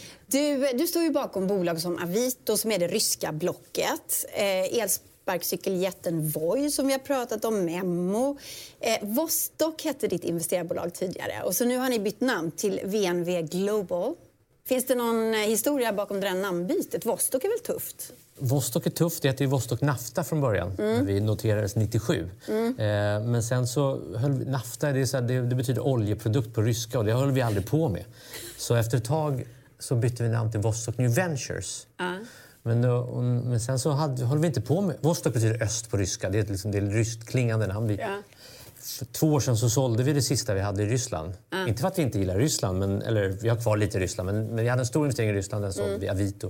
Du, du står ju bakom bolag som Avito som är det ryska blocket. Eh, elsparkcykeljätten Voi som vi har pratat om, Memmo. Eh, Vostok hette ditt investerarbolag tidigare. Och så nu har ni bytt namn till V N V Global. Finns det någon historia bakom det här namnbytet? Vostok är väl tufft? Vostok är tufft. Det hette ju Vostok Nafta från början. Mm. Vi noterades nittiosju. Mm. Eh, men sen så höll vi, Nafta det, är så här, det, det betyder oljeprodukt på ryska och det höll vi aldrig på med. Så efter ett tag så bytte vi namn till Vostok New Ventures. Mm. Men, då, och, men sen så hade, höll vi inte på med... Vostok betyder öst på ryska. Det är liksom, det är ryskt klingande namn. Vi, ja. För två år sedan så sålde vi det sista vi hade i Ryssland. Mm. Inte för att vi inte gillar Ryssland, men, eller vi har kvar lite i Ryssland. Men, men vi hade en stor investering i Ryssland, den sålde mm. vi Avito.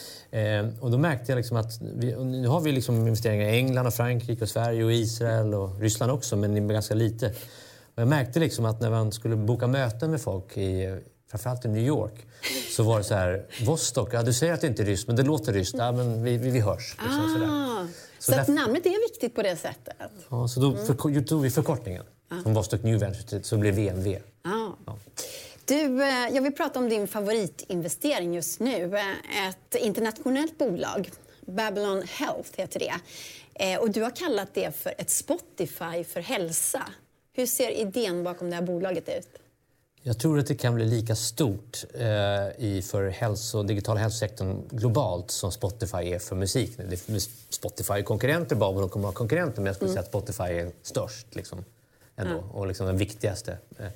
Eh, och då märkte jag liksom att vi, nu har vi liksom investeringar i England och Frankrike och Sverige och Israel och Ryssland också, men ganska lite. Och jag märkte liksom att när man skulle boka möten med folk i framförallt i New York så var det så här, Vostok, ja du säger att det inte är ryskt men det låter ryskt, ja men vi, vi, vi hörs. Liksom, ah, sådär. Så, så att namnet är viktigt på det sättet? Ja, så då för, tog vi förkortningen ah. från Vostok New Ventures så blev V N V. Ah. Ja. Du, jag vill prata om din favoritinvestering just nu. Ett internationellt bolag, Babylon Health heter det. Och du har kallat det för ett Spotify för hälsa. Hur ser idén bakom det här bolaget ut? Jag tror att det kan bli lika stort eh, i för hälso, digital hälsosektorn globalt som Spotify är för musik. Det är Spotify är konkurrenter, Babylon kommer att ha konkurrenter, men jag skulle mm. säga att Spotify är störst liksom, ändå, mm. och liksom den viktigaste.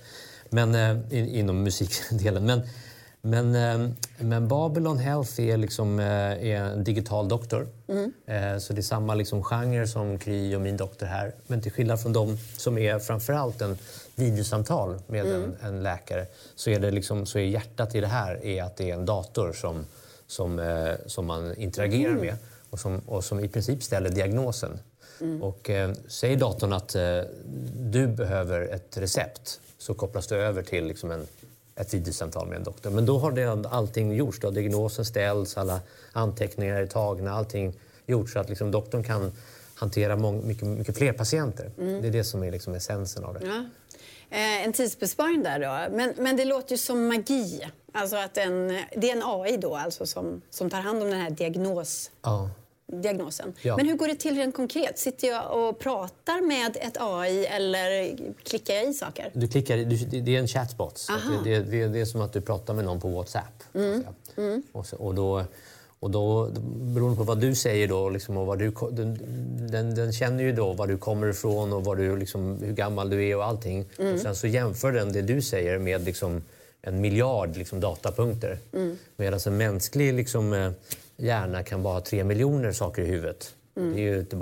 Men, eh, in, inom musikdelen. Men, men, eh, men Babylon Health är, liksom, eh, är en digital doktor. Mm. Eh, så det är samma liksom, genre som Kry och min doktor här. Men till skillnad från dem som är framförallt en videosamtal med mm. en, en läkare så är, det liksom, så är hjärtat i det här är att det är en dator som, som, eh, som man interagerar mm. med och som, och som i princip ställer diagnosen. Mm. Och eh, säger datorn att eh, du behöver ett recept så kopplas det över till liksom en, ett videosamtal med en doktor. Men då har det allting gjorts. Då. Diagnosen ställs, alla anteckningar är tagna, allting gjorts så att liksom doktorn kan hantera mång, mycket, mycket fler patienter. Mm. Det är det som är liksom essensen av det. Ja. Eh, en tidsbesparing där då. Men, men det låter ju som magi. Alltså att en, det är en A I då alltså som, som tar hand om den här diagnos... Ja. diagnosen. Ja. Men hur går det till rent konkret? Sitter jag och pratar med ett A I eller klickar jag i saker? Du klickar, du, det är en chatbot. Så det, det, det är som att du pratar med någon på WhatsApp. Mm. Mm. Och, så, och, då, och då, beroende på vad du säger då, liksom, och vad du, den, den, den känner ju då var du kommer ifrån och vad du, liksom, hur gammal du är och allting. Mm. Och sen så jämför den det du säger med liksom, en miljard liksom, datapunkter. Mm. Medan en mänsklig liksom, hjärna kan bara ha tre miljoner saker i huvudet. Mm. Det är ju inte bara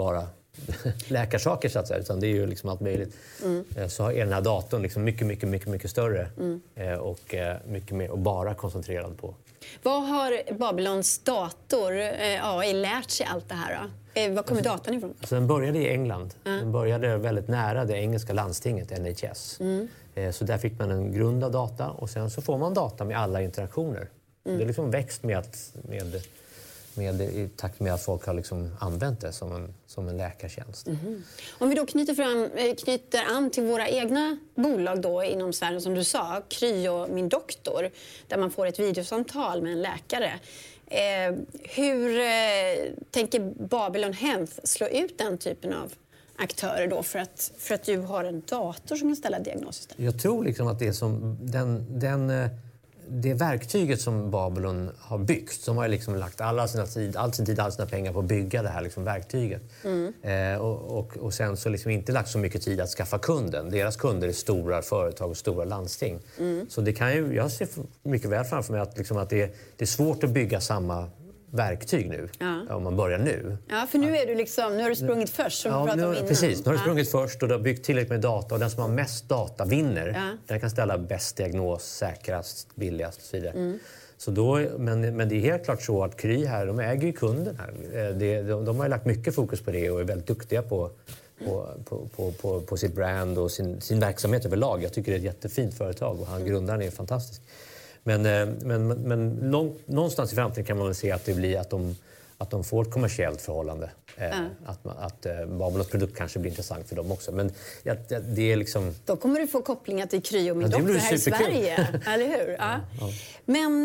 läkarsaker så att säga, utan det är ju liksom allt möjligt. Mm. Så är den här datorn liksom mycket, mycket, mycket, mycket större mm. och mycket mer och bara koncentrerad på. Vad har Babylons dator A I lärt sig allt det här då? Var kommer datorn ifrån? Alltså den började i England. Mm. Den började väldigt nära det engelska landstinget, N H S. Mm. Så där fick man en grund av data och sen så får man data med alla interaktioner. Mm. Det har liksom växt med, att, med, med, i takt med att folk har liksom använt det som en, som en läkartjänst. Mm. Om vi då knyter, fram, knyter an till våra egna bolag då inom Sverige, som du sa, Kry och Min doktor, där man får ett videosamtal med en läkare. Eh, hur eh, tänker Babylon Health slå ut den typen av aktörer då för att, för att du har en dator som kan ställa diagnoser? Jag tror liksom att det är som den, den, det verktyget som Babylon har byggt, som har liksom lagt alla sina tid, all sin tid, all sina pengar på att bygga det här liksom verktyget. Mm. Eh, och, och, och sen så liksom inte lagt så mycket tid att skaffa kunden. Deras kunder är stora företag och stora landsting. Mm. Så det kan ju, jag ser mycket väl framför mig att, liksom att det, det är svårt att bygga samma verktyg nu, ja. Om man börjar nu. Ja, för nu är du liksom, nu har du sprungit först som ja, vi pratade nu, om innan. Precis, nu har du ja. sprungit först och du har byggt tillräckligt med data och den som har mest data vinner. Ja. Den kan ställa bäst diagnos, säkrast, billigast och så vidare. Mm. Så då, men, men det är helt klart så att Kry här, de äger ju kunden här. Det, de, de har ju lagt mycket fokus på det och är väldigt duktiga på, på, på, på, på, på sitt brand och sin, sin verksamhet överlag. Jag tycker det är ett jättefint företag och han, mm. grundaren är fantastisk. Men, men, men lång, någonstans i framtiden kan man väl se att det blir att de, att de får ett kommersiellt förhållande. Mm. Att, att Babylons produkt kanske blir intressant för dem också. Men ja, det är liksom... Då kommer du få kopplingar till Kry och Min doktor här i Sverige. Eller hur? Ja. Ja, ja. Men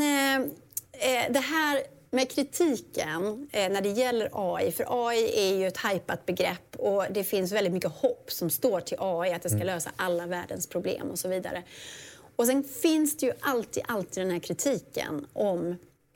eh, det här med kritiken eh, när det gäller A I. För A I är ju ett hypat begrepp och det finns väldigt mycket hopp som står till A I att det ska mm. lösa alla världens problem och så vidare. Och sen finns det ju alltid, alltid den här kritiken om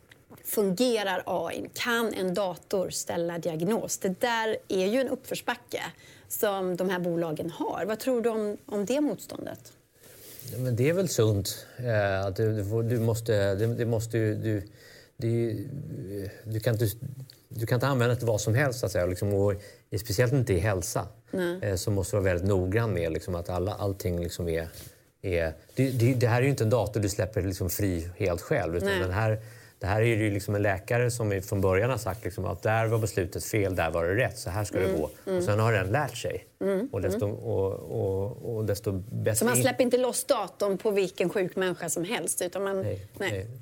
fungerar A I? Kan en dator ställa diagnos? Det där är ju en uppförsbacke som de här bolagen har. Vad tror du om, om det motståndet? Ja, men det är väl sunt. Eh, att du, du, får, du måste... Det, det måste du, du, du, kan inte, du kan inte använda det till vad som helst. Så att säga. Liksom, och speciellt inte i hälsa. Eh, så måste du vara väldigt noggrann med liksom, att alla, allting liksom är... Är, det, det, det här är ju inte en dator du släpper liksom fri helt själv. Utan den här, det här är ju liksom en läkare som från början har sagt liksom att där var beslutet fel, där var det rätt. Så här ska mm, det gå. Mm. Och sen har den lärt sig. Mm, och, desto, mm. och, och, och desto bättre... Så man släpper inte loss datorn på vilken sjuk människa som helst? Utan man, nej, nej. nej.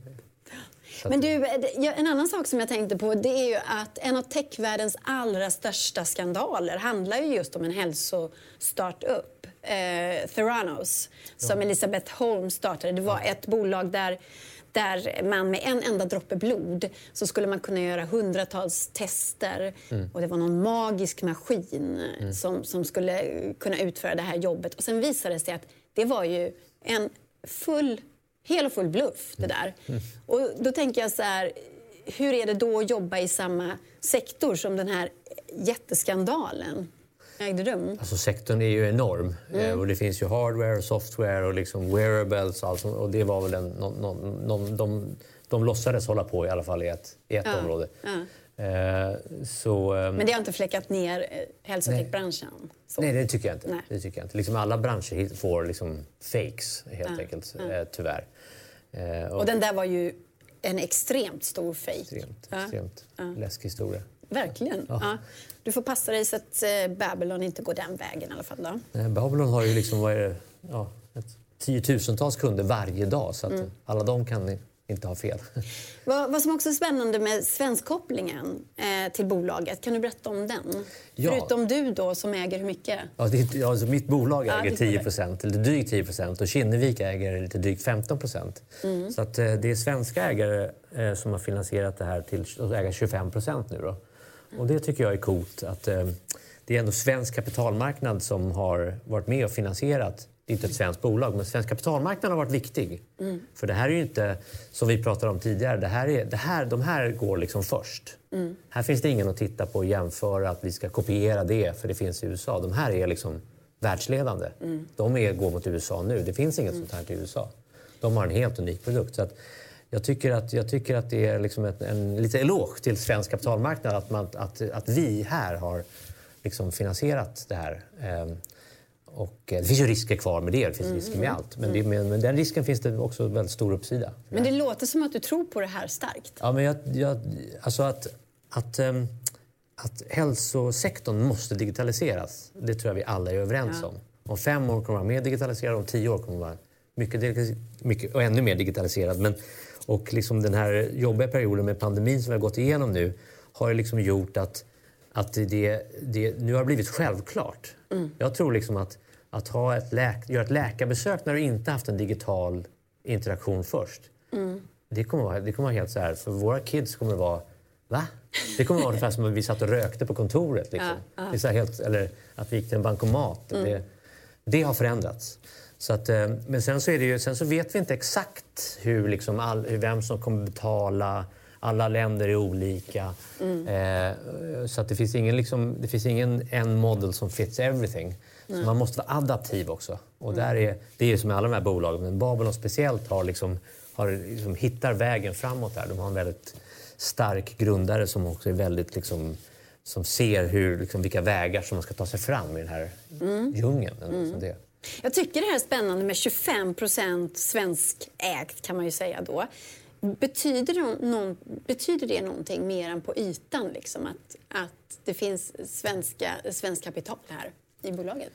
Men du, en annan sak som jag tänkte på, det är ju att en av techvärldens allra största skandaler handlar ju just om en hälsostartup, eh, Theranos, som ja. Elizabeth Holmes startade. Det var ett bolag där, där man med en enda droppe blod så skulle man kunna göra hundratals tester. Mm. Och det var någon magisk maskin mm. som, som skulle kunna utföra det här jobbet. Och sen visade det sig att det var ju en full... Hel och full bluff, det där. Mm. Och då tänker jag så här, hur är det då att jobba i samma sektor som den här jätteskandalen ägde rum? Alltså sektorn är ju enorm. Mm. Eh, och det finns ju hardware och software och liksom wearables och allt sånt. Och det var väl en, någon, någon, någon, de, de låtsades hålla på i alla fall i ett, i ett ja. område. Ja. Eh, så, eh, Men det har inte fläckat ner hälsotechbranschen? Nej, det tycker jag inte. Nej. Det tycker jag inte. Liksom alla branscher får liksom fakes, helt ja. enkelt, ja. Eh, tyvärr. Eh, och, och den där var ju en extremt stor fake. Extremt, ja. extremt ja. läskig historia. Verkligen. Ja. Ja. Du får passa dig så att eh, Babylon inte går den vägen i alla fall. Då. Eh, Babylon har ju liksom vad är det, ja, ett tiotusentals kunder varje dag, så att mm. alla de kan inte ha fel. Vad, vad som också är spännande med svenskkopplingen eh, till bolaget, kan du berätta om den? Ja. Förutom du då som äger hur mycket? Ja, det, alltså mitt bolag äger ja, tio procent, eller drygt tio procent, och Kinnevik äger lite drygt femton procent. Mm. Så att, eh, det är svenska ägare eh, som har finansierat det här till att äga tjugofem procent nu då. Och det tycker jag är coolt, att eh, det är ändå svensk kapitalmarknad som har varit med och finansierat. Det är inte ett svenskt bolag, men svensk kapitalmarknad har varit viktig. Mm. För det här är ju inte, som vi pratade om tidigare, det här är, det här, de här går liksom först. Mm. Här finns det ingen att titta på och jämföra att vi ska kopiera det, för det finns i U S A. De här är liksom världsledande. Mm. De är, går mot U S A nu. Det finns inget mm. sånt här till U S A. De har en helt unik produkt. Så att jag, tycker att, jag tycker att det är liksom ett, en lite eloge till svensk kapitalmarknad att, man, att, att vi här har liksom finansierat det här. Eh, och det finns ju risker kvar med det, det finns mm, risker med allt. Men, det, men, men den risken finns det också väldigt stor uppsida. Men det låter som att du tror på det här starkt. Ja, men jag, jag, alltså att, att, um, att hälsosektorn måste digitaliseras, det tror jag vi alla är överens ja. om. Om fem år kommer det vara mer digitaliserad, om tio år kommer det vara mycket, mycket och ännu mer digitaliserad. Men, och liksom den här jobbiga perioden med pandemin som vi har gått igenom nu har liksom gjort att, att det, det nu har blivit självklart. Mm. Jag tror liksom att, att ha ett läk, göra ett läkarbesök när du inte haft en digital interaktion först. Mm. Det kommer vara, det kommer vara helt så här, för våra kids kommer det vara, va? Det kommer vara ungefär som att vi satt och rökte på kontoret. Liksom. Ja, det är så här helt, eller att vi gick till en bankomat. Mm. Det, det har förändrats. Så att, men sen så, är det ju, sen så vet vi inte exakt hur, liksom all, hur vem som kommer betala. Alla länder är olika. Mm. Eh, så att det finns ingen, liksom, det finns ingen en model som fits everything. Mm. Så man måste vara adaptiv också. Och där är, det är ju som med alla de här bolagen. Men Babylon speciellt har, liksom, har liksom, hittar vägen framåt där. De har en väldigt stark grundare som också är väldigt liksom, som ser hur, liksom, vilka vägar som man ska ta sig fram i den här mm. djungeln. Mm. Som det. Jag tycker det här är spännande med tjugofem procent svensk ägt kan man ju säga då. Betyder det, någon, betyder det någonting mer än på ytan liksom, att, att det finns svenska, svensk kapital här i bolaget?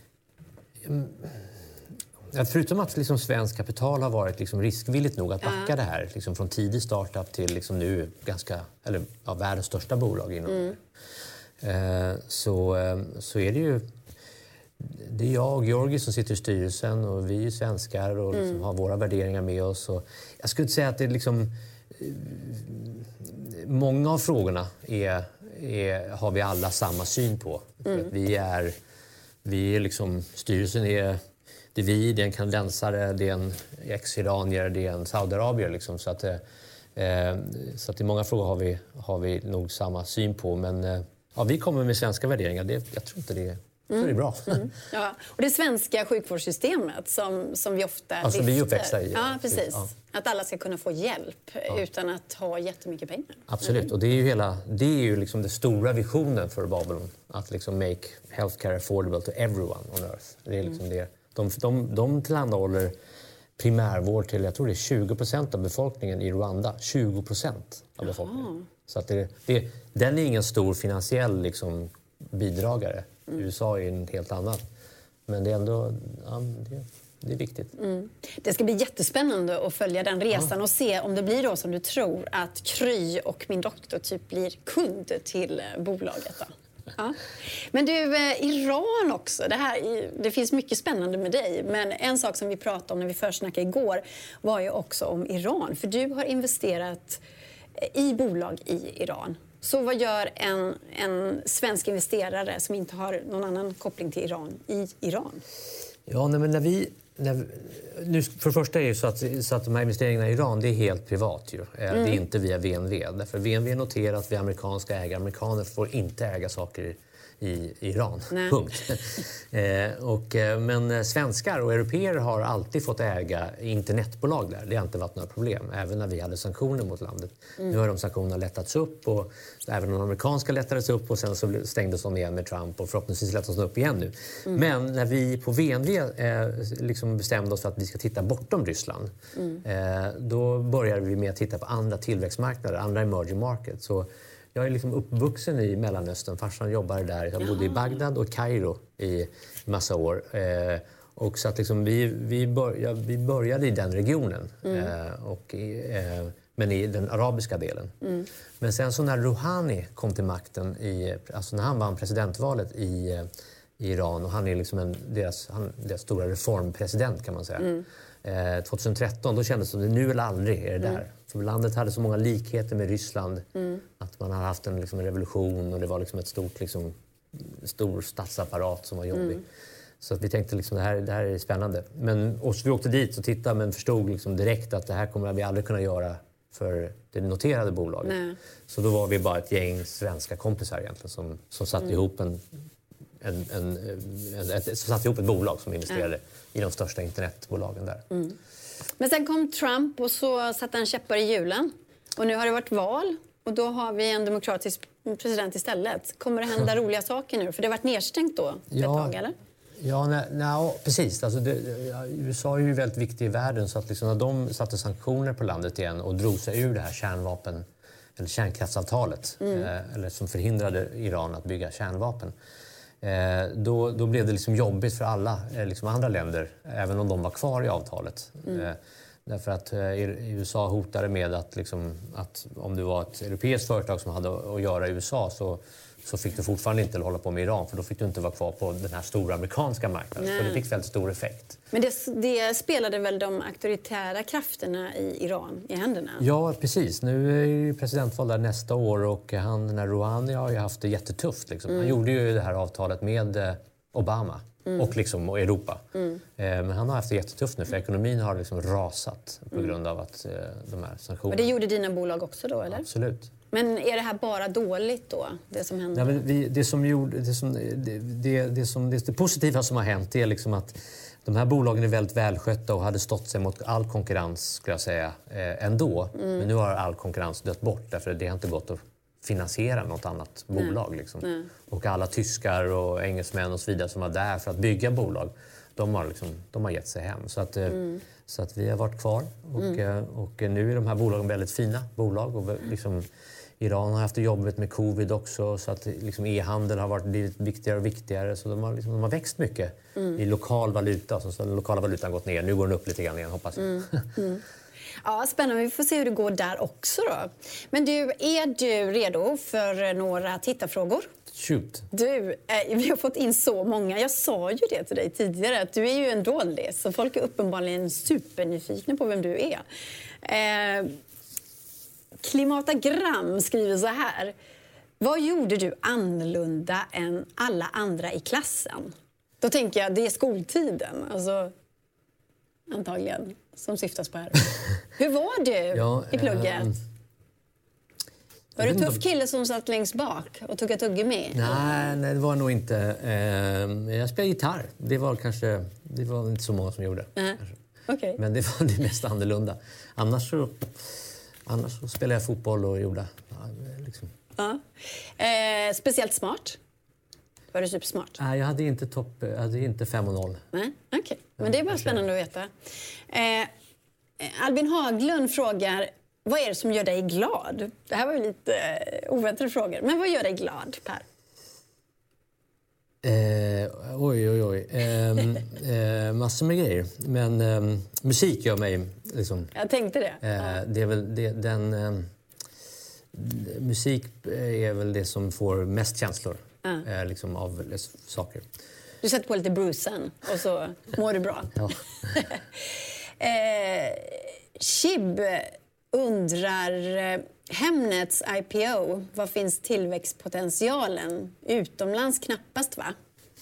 Ja, förutom att liksom svensk kapital har varit liksom riskvilligt nog att backa ja. det här liksom från tidig startup till liksom nu ganska, eller, ja, världens största bolag inom mm. eh, så, så är det ju det är jag och Georgi som sitter i styrelsen och vi är svenskar och liksom mm. har våra värderingar med oss. Och jag skulle inte säga att det är liksom... Många av frågorna är, är, har vi alla samma syn på. Mm. För att vi är, vi är liksom, styrelsen är, det är vi, det är en kanadensare, det är en ex-iranier, det är en saudiarabier. Liksom, så att, eh, så att i många frågor har vi, har vi nog samma syn på. Men eh, ja, vi kommer med svenska värderingar, det, jag tror inte det är... Mm. Så det är bra. Mm. Ja. Och det svenska sjukvårdssystemet som, som vi ofta alltså, lyfter. Vi är uppväxta i. Ja, precis. Ja. Att alla ska kunna få hjälp ja. utan att ha jättemycket pengar. Absolut. Mm. Och det är ju, hela, det är ju liksom den stora visionen för Babylon. Att liksom make healthcare affordable to everyone on earth. Det är liksom mm. det. De, de, de tillhandahåller primärvård till, jag tror det är tjugo procent av befolkningen i Rwanda. tjugo procent av befolkningen. Aha. Så att det, det, den är ingen stor finansiell liksom, bidragare. Mm. U S A är en helt annat. Men det är ändå ja, det, det är viktigt. Mm. Det ska bli jättespännande att följa den resan ja. och se om det blir då som du tror att Kry och min doktor typ blir kund till bolaget. Då. Ja. Men du, Iran också. Det, här, det finns mycket spännande med dig. Men en sak som vi pratade om när vi försnackade igår var ju också om Iran. För du har investerat i bolag i Iran. Så vad gör en, en svensk investerare som inte har någon annan koppling till Iran i Iran? Ja, nej, men när vi... När, nu, för det första är det så att, så att de här investeringarna i Iran det är helt privat. Ju. Mm. Det är inte via V N V. Därför V N V noterar att vi amerikanska ägare. Amerikaner får inte äga saker i Iran. Nej. Punkt. eh, och, men svenskar och europeer har alltid fått äga internetbolag där. Det har inte varit några problem, även när vi hade sanktioner mot landet. Mm. Nu har de sanktionerna lättats upp och även de amerikanska lättades upp och sen så stängdes de igen med Trump och förhoppningsvis lättas de upp igen nu. Mm. Men när vi på V N V eh, liksom bestämde oss för att vi ska titta bortom Ryssland mm. eh, då började vi med att titta på andra tillväxtmarknader, andra emerging markets. Så jag är liksom uppvuxen i Mellanöstern. Farsan jobbade där. Jag bodde i Bagdad och Kairo i massa år. Eh, och så att liksom vi, vi, började, vi började i den regionen. Mm. Eh, och, eh, men i den arabiska delen. Mm. Men sen så när Rouhani kom till makten, i, alltså när han vann presidentvalet i, i Iran. Och han är liksom en, deras, han, deras stora reformpresident kan man säga. Mm. Eh, tjugohundratretton då kändes det som det nu eller aldrig är det där. Mm. För landet hade så många likheter med Ryssland mm. att man hade haft en, liksom, en revolution och det var liksom ett stort liksom, stor statsapparat som var jobbig. Mm. Så att vi tänkte liksom det här, det här är spännande. Men och så vi åkte dit och tittade men förstod liksom direkt att det här kommer vi aldrig kunna göra för det noterade bolaget. Nej. Så då var vi bara ett gäng svenska kompisar egentligen som, som satte mm. ihop en En, en, en, ett, som satte ihop ett bolag som investerade ja. i de största internetbolagen där. Mm. Men sen kom Trump och så satte han käppar i hjulen. Och nu har det varit val. Och då har vi en demokratisk president istället. Kommer det hända roliga saker nu? För det har varit nedstängt då ja, ett tag, eller? Ja, nej, nej, precis. Alltså det, U S A är ju väldigt viktig i världen så att liksom när de satte sanktioner på landet igen och drog sig ur det här kärnvapen eller kärnkraftsavtalet mm. eh, eller som förhindrade Iran att bygga kärnvapen. Eh, då, då blev det liksom jobbigt för alla eh, liksom andra länder, även om de var kvar i avtalet. Mm. Eh, därför att eh, U S A hotade med att, liksom, att om det var ett europeiskt företag som hade att göra i U S A så, så fick du fortfarande inte hålla på med Iran, för då fick du inte vara kvar på den här stora amerikanska marknaden. Nej. Så det fick väldigt stor effekt. Men det, det spelade väl de auktoritära krafterna i Iran i händerna? Ja, precis. Nu är ju presidentval där nästa år och han, den här Rouhani har ju haft det jättetufft. Liksom. Mm. Han gjorde ju det här avtalet med Obama mm. och, liksom, och Europa. Mm. Eh, men han har haft det jättetufft nu för ekonomin har liksom rasat på mm. grund av att eh, de här sanktionerna. Och det gjorde dina bolag också då, eller? Absolut. Men är det här bara dåligt då, det som hände? Ja, men vi, det, som gjorde, det, som, det, det, det, som, det, det positiva som har hänt är liksom att de här bolagen är väldigt välskötta och hade stått sig mot all konkurrens, skulle jag säga, eh, ändå. Mm. Men nu har all konkurrens dött bort därför det har inte gått att finansiera något annat Nej. bolag. Liksom. Nej. Och alla tyskar och engelsmän och så vidare som var där för att bygga bolag, de har, liksom, de har gett sig hem. Så att, mm. så att vi har varit kvar och, mm. och nu är de här bolagen väldigt fina bolag. Och liksom, Iran har haft det jobbigt med covid också så att liksom, e-handel har varit, blivit viktigare och viktigare. Så de har, liksom, de har växt mycket mm. i lokal valuta. Så, så den lokala valutan har gått ner. Nu går den upp lite grann igen, hoppas jag. Mm. Mm. Ja, spännande. Vi får se hur det går där också då. Men du, är du redo för några tittarfrågor? Shoot. Du, eh, vi har fått in så många. Jag sa ju det till dig tidigare att du är ju en doldis. Så folk är uppenbarligen supernyfikna på vem du är. Eh, Klimatagram skriver så här. Vad gjorde du annorlunda än alla andra i klassen? Då tänker jag, det är skoltiden. Alltså, antagligen, som syftas på här. Hur var du ja, i plugget? Ähm, var du en tuff kille som satt längst bak och tog ett tuggummi? Nej, nej, det var nog inte. Eh, jag spelade gitarr. Det var kanske det var inte så många som gjorde. Uh-huh. Okay. Men det var det mest annorlunda. Annars så, annars så spelade jag fotboll och gjorde... Ja, liksom. uh. eh, speciellt smart? Var du supersmart? Nej, jag hade inte topp, jag hade inte fem och noll. Nej, okej. Okay. Men det är bara spännande att veta. Eh, Albin Haglund frågar, vad är det som gör dig glad? Det här var ju lite eh, oväntade frågor. Men vad gör dig glad, Per? Eh, oj, oj, oj. Eh, eh, massor med grejer. Men eh, musik gör mig liksom... Jag tänkte det. Eh, ja. Det är väl det, den... Eh, musik är väl det som får mest känslor. Uh. Eh, liksom av saker. Du sätter på lite brusen och så mår du bra. Ja. eh, Chib undrar, eh, Hemnets I P O, vad finns tillväxtpotentialen? Utomlands knappast, va?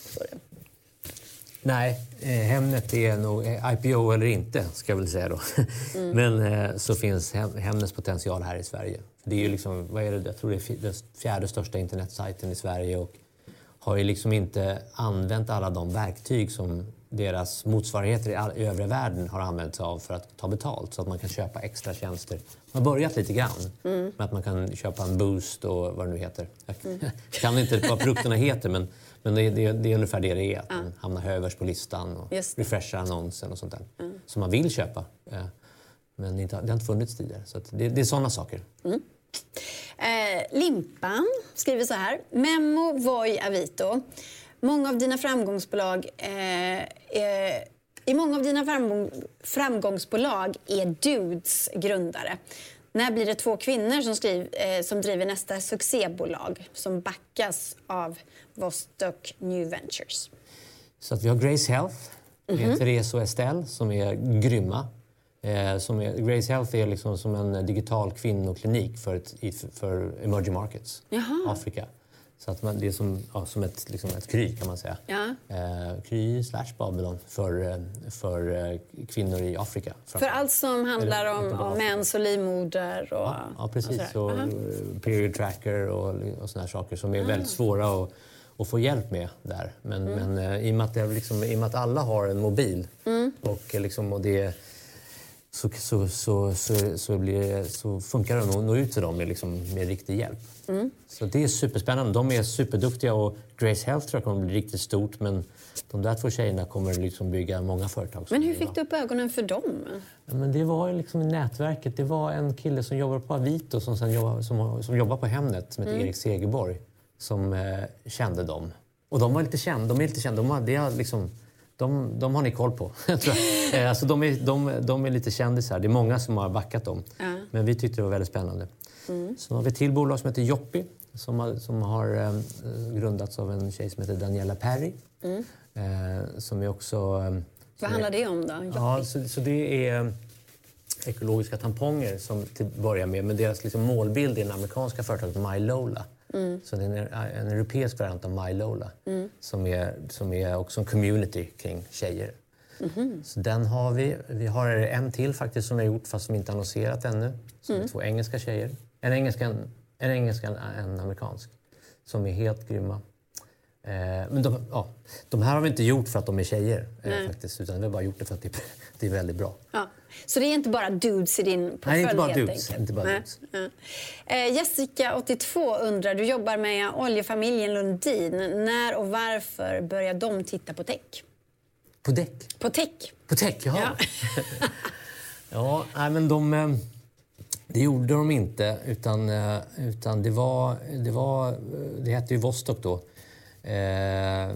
Nej, eh, Hemnet är nog eh, I P O eller inte, ska jag väl säga då. Mm. Men eh, så finns Hem, Hemnets potential här i Sverige. Det är ju liksom, vad är det? Jag tror det är den fjärde största internetsajten i Sverige och har ju liksom inte använt alla de verktyg som deras motsvarigheter i, all, i övriga världen har använt sig av för att ta betalt så att man kan köpa extra tjänster. Man har börjat lite grann mm. med att man kan köpa en boost och vad det nu heter. Jag mm. kan inte vad produkterna heter men, men det, det, det är ungefär det det är. Att man hamnar överst på listan och refreshar annonsen och sånt där. Mm. Som man vill köpa. Men det har inte funnits tidigare. Så att det, det är sådana saker. Mm. Eh, Limpan skriver så här. Memo, Voi, Avito. Många av dina framgångsbolag eh, eh, I många av dina framgång, framgångsbolag är dudes grundare. När blir det två kvinnor som, skriv, eh, som driver nästa succébolag som backas av Vostok New Ventures? Så att vi har Grace Health med mm-hmm. Therese och Estelle som är grymma. Eh, som är, Grace Health är liksom som en digital kvinnoklinik för, ett, för emerging markets, Jaha. Afrika. Så att man, det är som, ja, som ett, liksom ett Kry kan man säga. Ja. Eh, Kry slash Babylon för, för kvinnor i Afrika. För allt som handlar Eller, om, om mäns och livmoder och... Ja, ja precis. Och, och period tracker och, och såna här saker som är Aha. väldigt svåra att, att få hjälp med där. Men, mm. men i, och med att det, liksom, i och med att alla har en mobil mm. och, liksom, och det så, så, så, så, så, blir, så funkar det att nå ut till dem med, liksom, med riktig hjälp. Mm. Så det är superspännande. De är superduktiga och Grace Health tror jag kommer bli riktigt stort, men de där två tjejerna kommer liksom bygga många företag. Men hur fick du upp ögonen för dem? Ja, men det var liksom nätverket. Det var en kille som jobbar på Avito som, sen jobbar, som, som jobbar på Hemnet som heter mm. Erik Segerborg som eh, kände dem. Och de var lite kända. De är lite kända. De har, det är liksom, de, de har ni koll på. tror jag. alltså, de, är, de, de är lite kändisar. Det är många som har backat dem. Ja. Men vi tyckte det var väldigt spännande. Mm. Så har vi till bolag som heter Joppi som har, som har eh, grundats av en tjej som heter Daniela Perry. Mm. Eh, som är också... Eh, Vad handlar det om då? Joppi? Ja, så, så det är ekologiska tamponger som till börjar med. Men deras liksom, målbild är den amerikanska företaget MyLola. Mm. Så det är en, en europeisk variant av MyLola. Mm. Som, är, som är också en community kring tjejer. Mm. Så den har vi. Vi har en till faktiskt som vi har gjort fast som inte annonserat ännu. Som mm. är två engelska tjejer. En engelska, en, en engelska, en, en amerikansk. Som är helt grymma. Eh, men de, ja, de här har vi inte gjort för att de är tjejer eh, faktiskt, utan vi har bara gjort det för att det, det är väldigt bra. Ja. Så det är inte bara dudes i din portfölj? Nej, inte bara helt dudes. Inte bara dudes. Ja. Eh, Jessica, åttiotvå, undrar, du jobbar med oljefamiljen Lundin. När och varför börjar de titta på tech? På däck? På tech. På tech, jaha. Ja, ja nej, men de... Det gjorde de inte, utan, utan det var... Det, var, det hette ju Vostok då. Eh,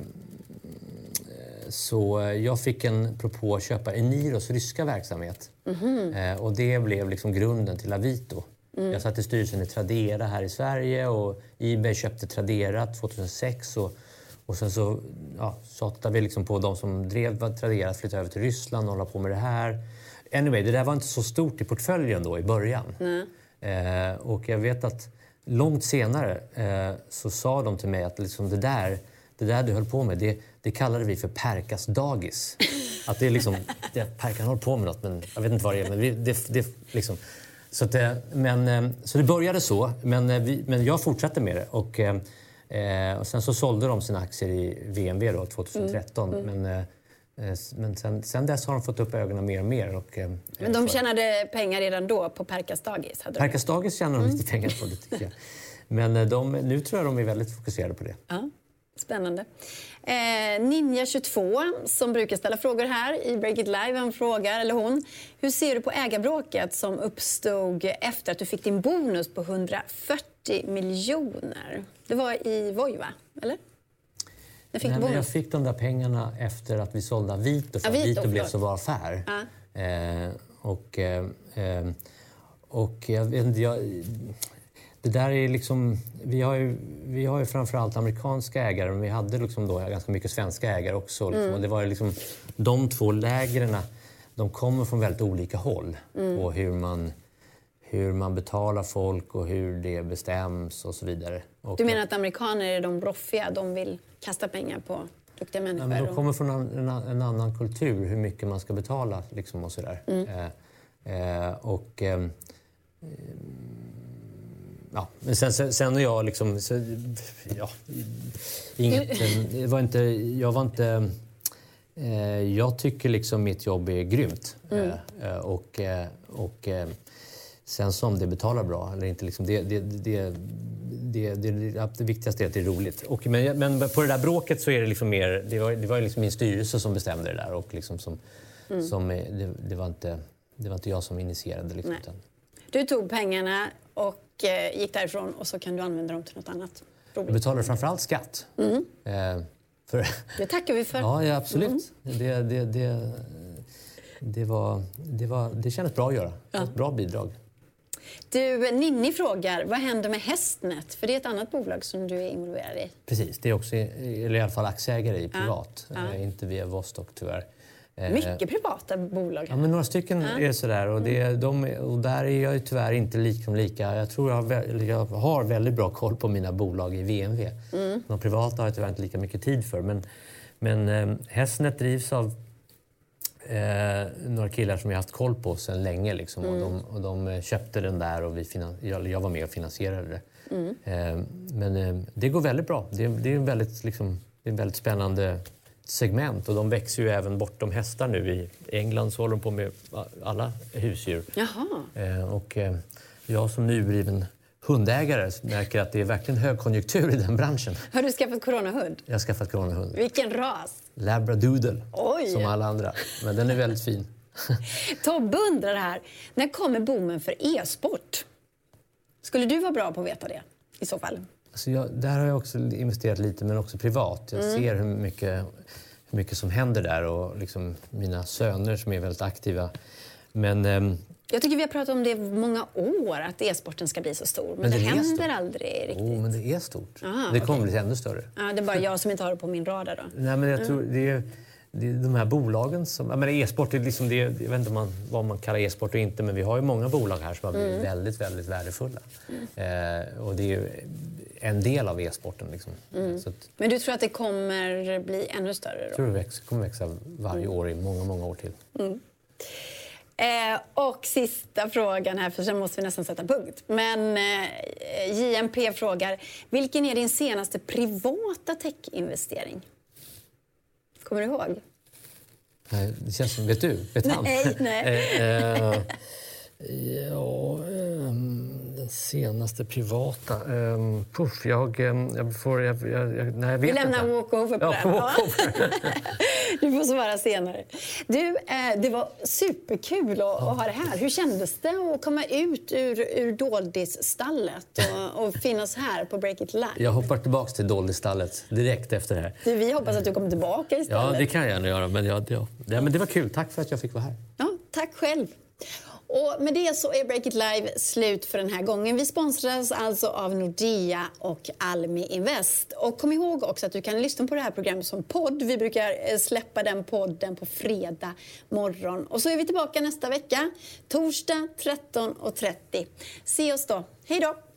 så jag fick en propå att köpa Eniros ryska verksamhet. Mm-hmm. eh, och det blev liksom grunden till Avito. Mm. Jag satt i styrelsen i Tradera här i Sverige och eBay köpte Tradera tjugohundrasex. Och, och sen så ja, sattade vi liksom på de som drev Tradera att flytta över till Ryssland och hålla på med det här. Anyway, det där var inte så stort i portföljen då i början. Mm. Eh, och jag vet att långt senare eh, så sa de till mig att liksom det, där, det där du höll på med, det, det kallade vi för Perkas dagis. Att det är liksom, det, Perkan håller på med något, men jag vet inte vad det är. Men vi, det, det, liksom, så, att, men, eh, så det började så, men, vi, men jag fortsatte med det. Och, eh, och sen så sålde de sina aktier i V M V då, tjugohundratretton. Mm. Mm. Men, Men sen, sen dess har de fått upp ögonen mer och mer. Och, men de tjänade pengar redan då på Perkas dagis? Hade Perkas dagis tjänar de mm. lite pengar på, det tycker jag. Men de, nu tror jag de är väldigt fokuserade på det. Ja, spännande. Eh, Ninja tjugotvå, som brukar ställa frågor här i Break It Live, han frågar, eller hon. Hur ser du på ägarbråket som uppstod efter att du fick din bonus på hundrafyrtio miljoner? Det var i Voiva, eller? Jag fick, Nej, jag fick de där pengarna efter att vi sålde Avito, för Avito, Avito blev så bra affär. Ja. Eh, och, eh, och jag vet inte, jag, det där är liksom, vi har ju, vi har ju framförallt amerikanska ägare, men vi hade liksom då ganska mycket svenska ägare också. Liksom, mm. och det var liksom, de två lägren, de kommer från väldigt olika håll mm. på hur man, hur man betalar folk och hur det bestäms och så vidare. Och, du menar att amerikaner är de roffiga, de vill kasta pengar på duktiga människor? Ja, men de kommer från en, en annan kultur, hur mycket man ska betala liksom och sådär. Mm. Eh, eh, och eh, ja, men sen, sen, sen och jag liksom så, ja, inget, det var inte, jag var inte eh, jag tycker liksom mitt jobb är grymt. Mm. Eh, och och eh, sen som det betalar bra eller inte liksom det det det Det, det, det viktigaste är att det är roligt. Och, men, men på det där bråket så är det liksom mer... Det var, det var liksom min styrelse som bestämde det där. Och liksom som, mm. som, det, det, var inte, det var inte jag som initierade. Liksom, utan. Du tog pengarna och eh, gick därifrån och så kan du använda dem till något annat. Jag betalade framförallt skatt. Mm. Eh, för, det tackar vi för. Ja, ja absolut. Mm. Det, det, det, det, var, det, var, det kändes bra att göra. Ja. Ett bra bidrag. Du, Ninni frågar, vad händer med Hästnet? För det är ett annat bolag som du är involverad i. Precis, det är också, eller i alla fall aktieägare i privat. Ja, ja. Inte via Vostok tyvärr. Mycket privata bolag. Ja, men några stycken ja. är sådär. Och, det, de, och där är jag ju tyvärr inte liksom lika. Jag tror jag har, jag har väldigt bra koll på mina bolag i V M V. Mm. De privata har jag tyvärr inte lika mycket tid för. Men, men eh, Hästnet drivs av Eh, några killar som jag haft koll på sedan länge liksom, mm. och, de, och de köpte den där och vi finan- jag, jag var med och finansierade det. Mm. Eh, men eh, det går väldigt bra. Det, det är en väldigt, liksom, det är en väldigt spännande segment och de växer ju även bortom hästar nu. I England så håller de på med alla husdjur. Jaha. Eh, och eh, jag som nybliven hundägare märker att det är verkligen högkonjunktur i den branschen. Har du skaffat coronahund? Jag har skaffat coronahund. Vilken ras? Labradoodle, Oj. som alla andra. Men den är väldigt fin. Tobbe undrar här, när kommer boomen för e-sport? Skulle du vara bra på att veta det i så fall? Alltså jag, där har jag också investerat lite, men också privat. Jag mm. ser hur mycket, hur mycket som händer där och liksom mina söner som är väldigt aktiva. Men, ehm, jag tycker vi har pratat om det i många år, att e-sporten ska bli så stor. Men, men det, det händer stort. aldrig riktigt. Oh, men det är stort. Aha, det kommer okay. bli ännu större. Ja, det är bara jag som inte har det på min radar då. Nej, men jag tror det är, det är de här bolagen som... Jag menar, e-sport är liksom det, jag vet inte om man, vad man kallar e-sport och inte, men vi har ju många bolag här som har blivit mm. väldigt, väldigt värdefulla. Mm. Eh, och det är ju en del av e-sporten. Liksom. Mm. Så att, men du tror att det kommer bli ännu större då? Jag tror det växa, kommer växa varje år i många, många år till. Mm. Eh, och sista frågan här, för sen måste vi nästan sätta punkt. Men eh, J M P frågar, vilken är din senaste privata tech-investering? Kommer du ihåg? Nej, det känns som, vet du? Vet han? Nej, nej. eh, eh, ja, eh, den senaste privata. Eh, puff, jag, jag får... Jag, jag, nej, jag vet vi lämnar inte. walkover på ja, den. walkover. Du får svara senare. Du, eh, det var superkul att, ja. att ha det här. Hur kändes det att komma ut ur, ur Doldis-stallet och, och finnas här på Break It Live? Jag hoppar tillbaka till Doldis-stallet direkt efter det här. Du, vi hoppas att du kommer tillbaka istället. Ja, det kan jag gärna göra. Men, ja, ja. Ja, men det var kul. Tack för att jag fick vara här. Ja, tack själv. Och med det så är Break It Live slut för den här gången. Vi sponsras alltså av Nordea och Almi Invest. Och kom ihåg också att du kan lyssna på det här programmet som podd. Vi brukar släppa den podden på fredag morgon. Och så är vi tillbaka nästa vecka, torsdag tretton och trettio. Se oss då. Hej då!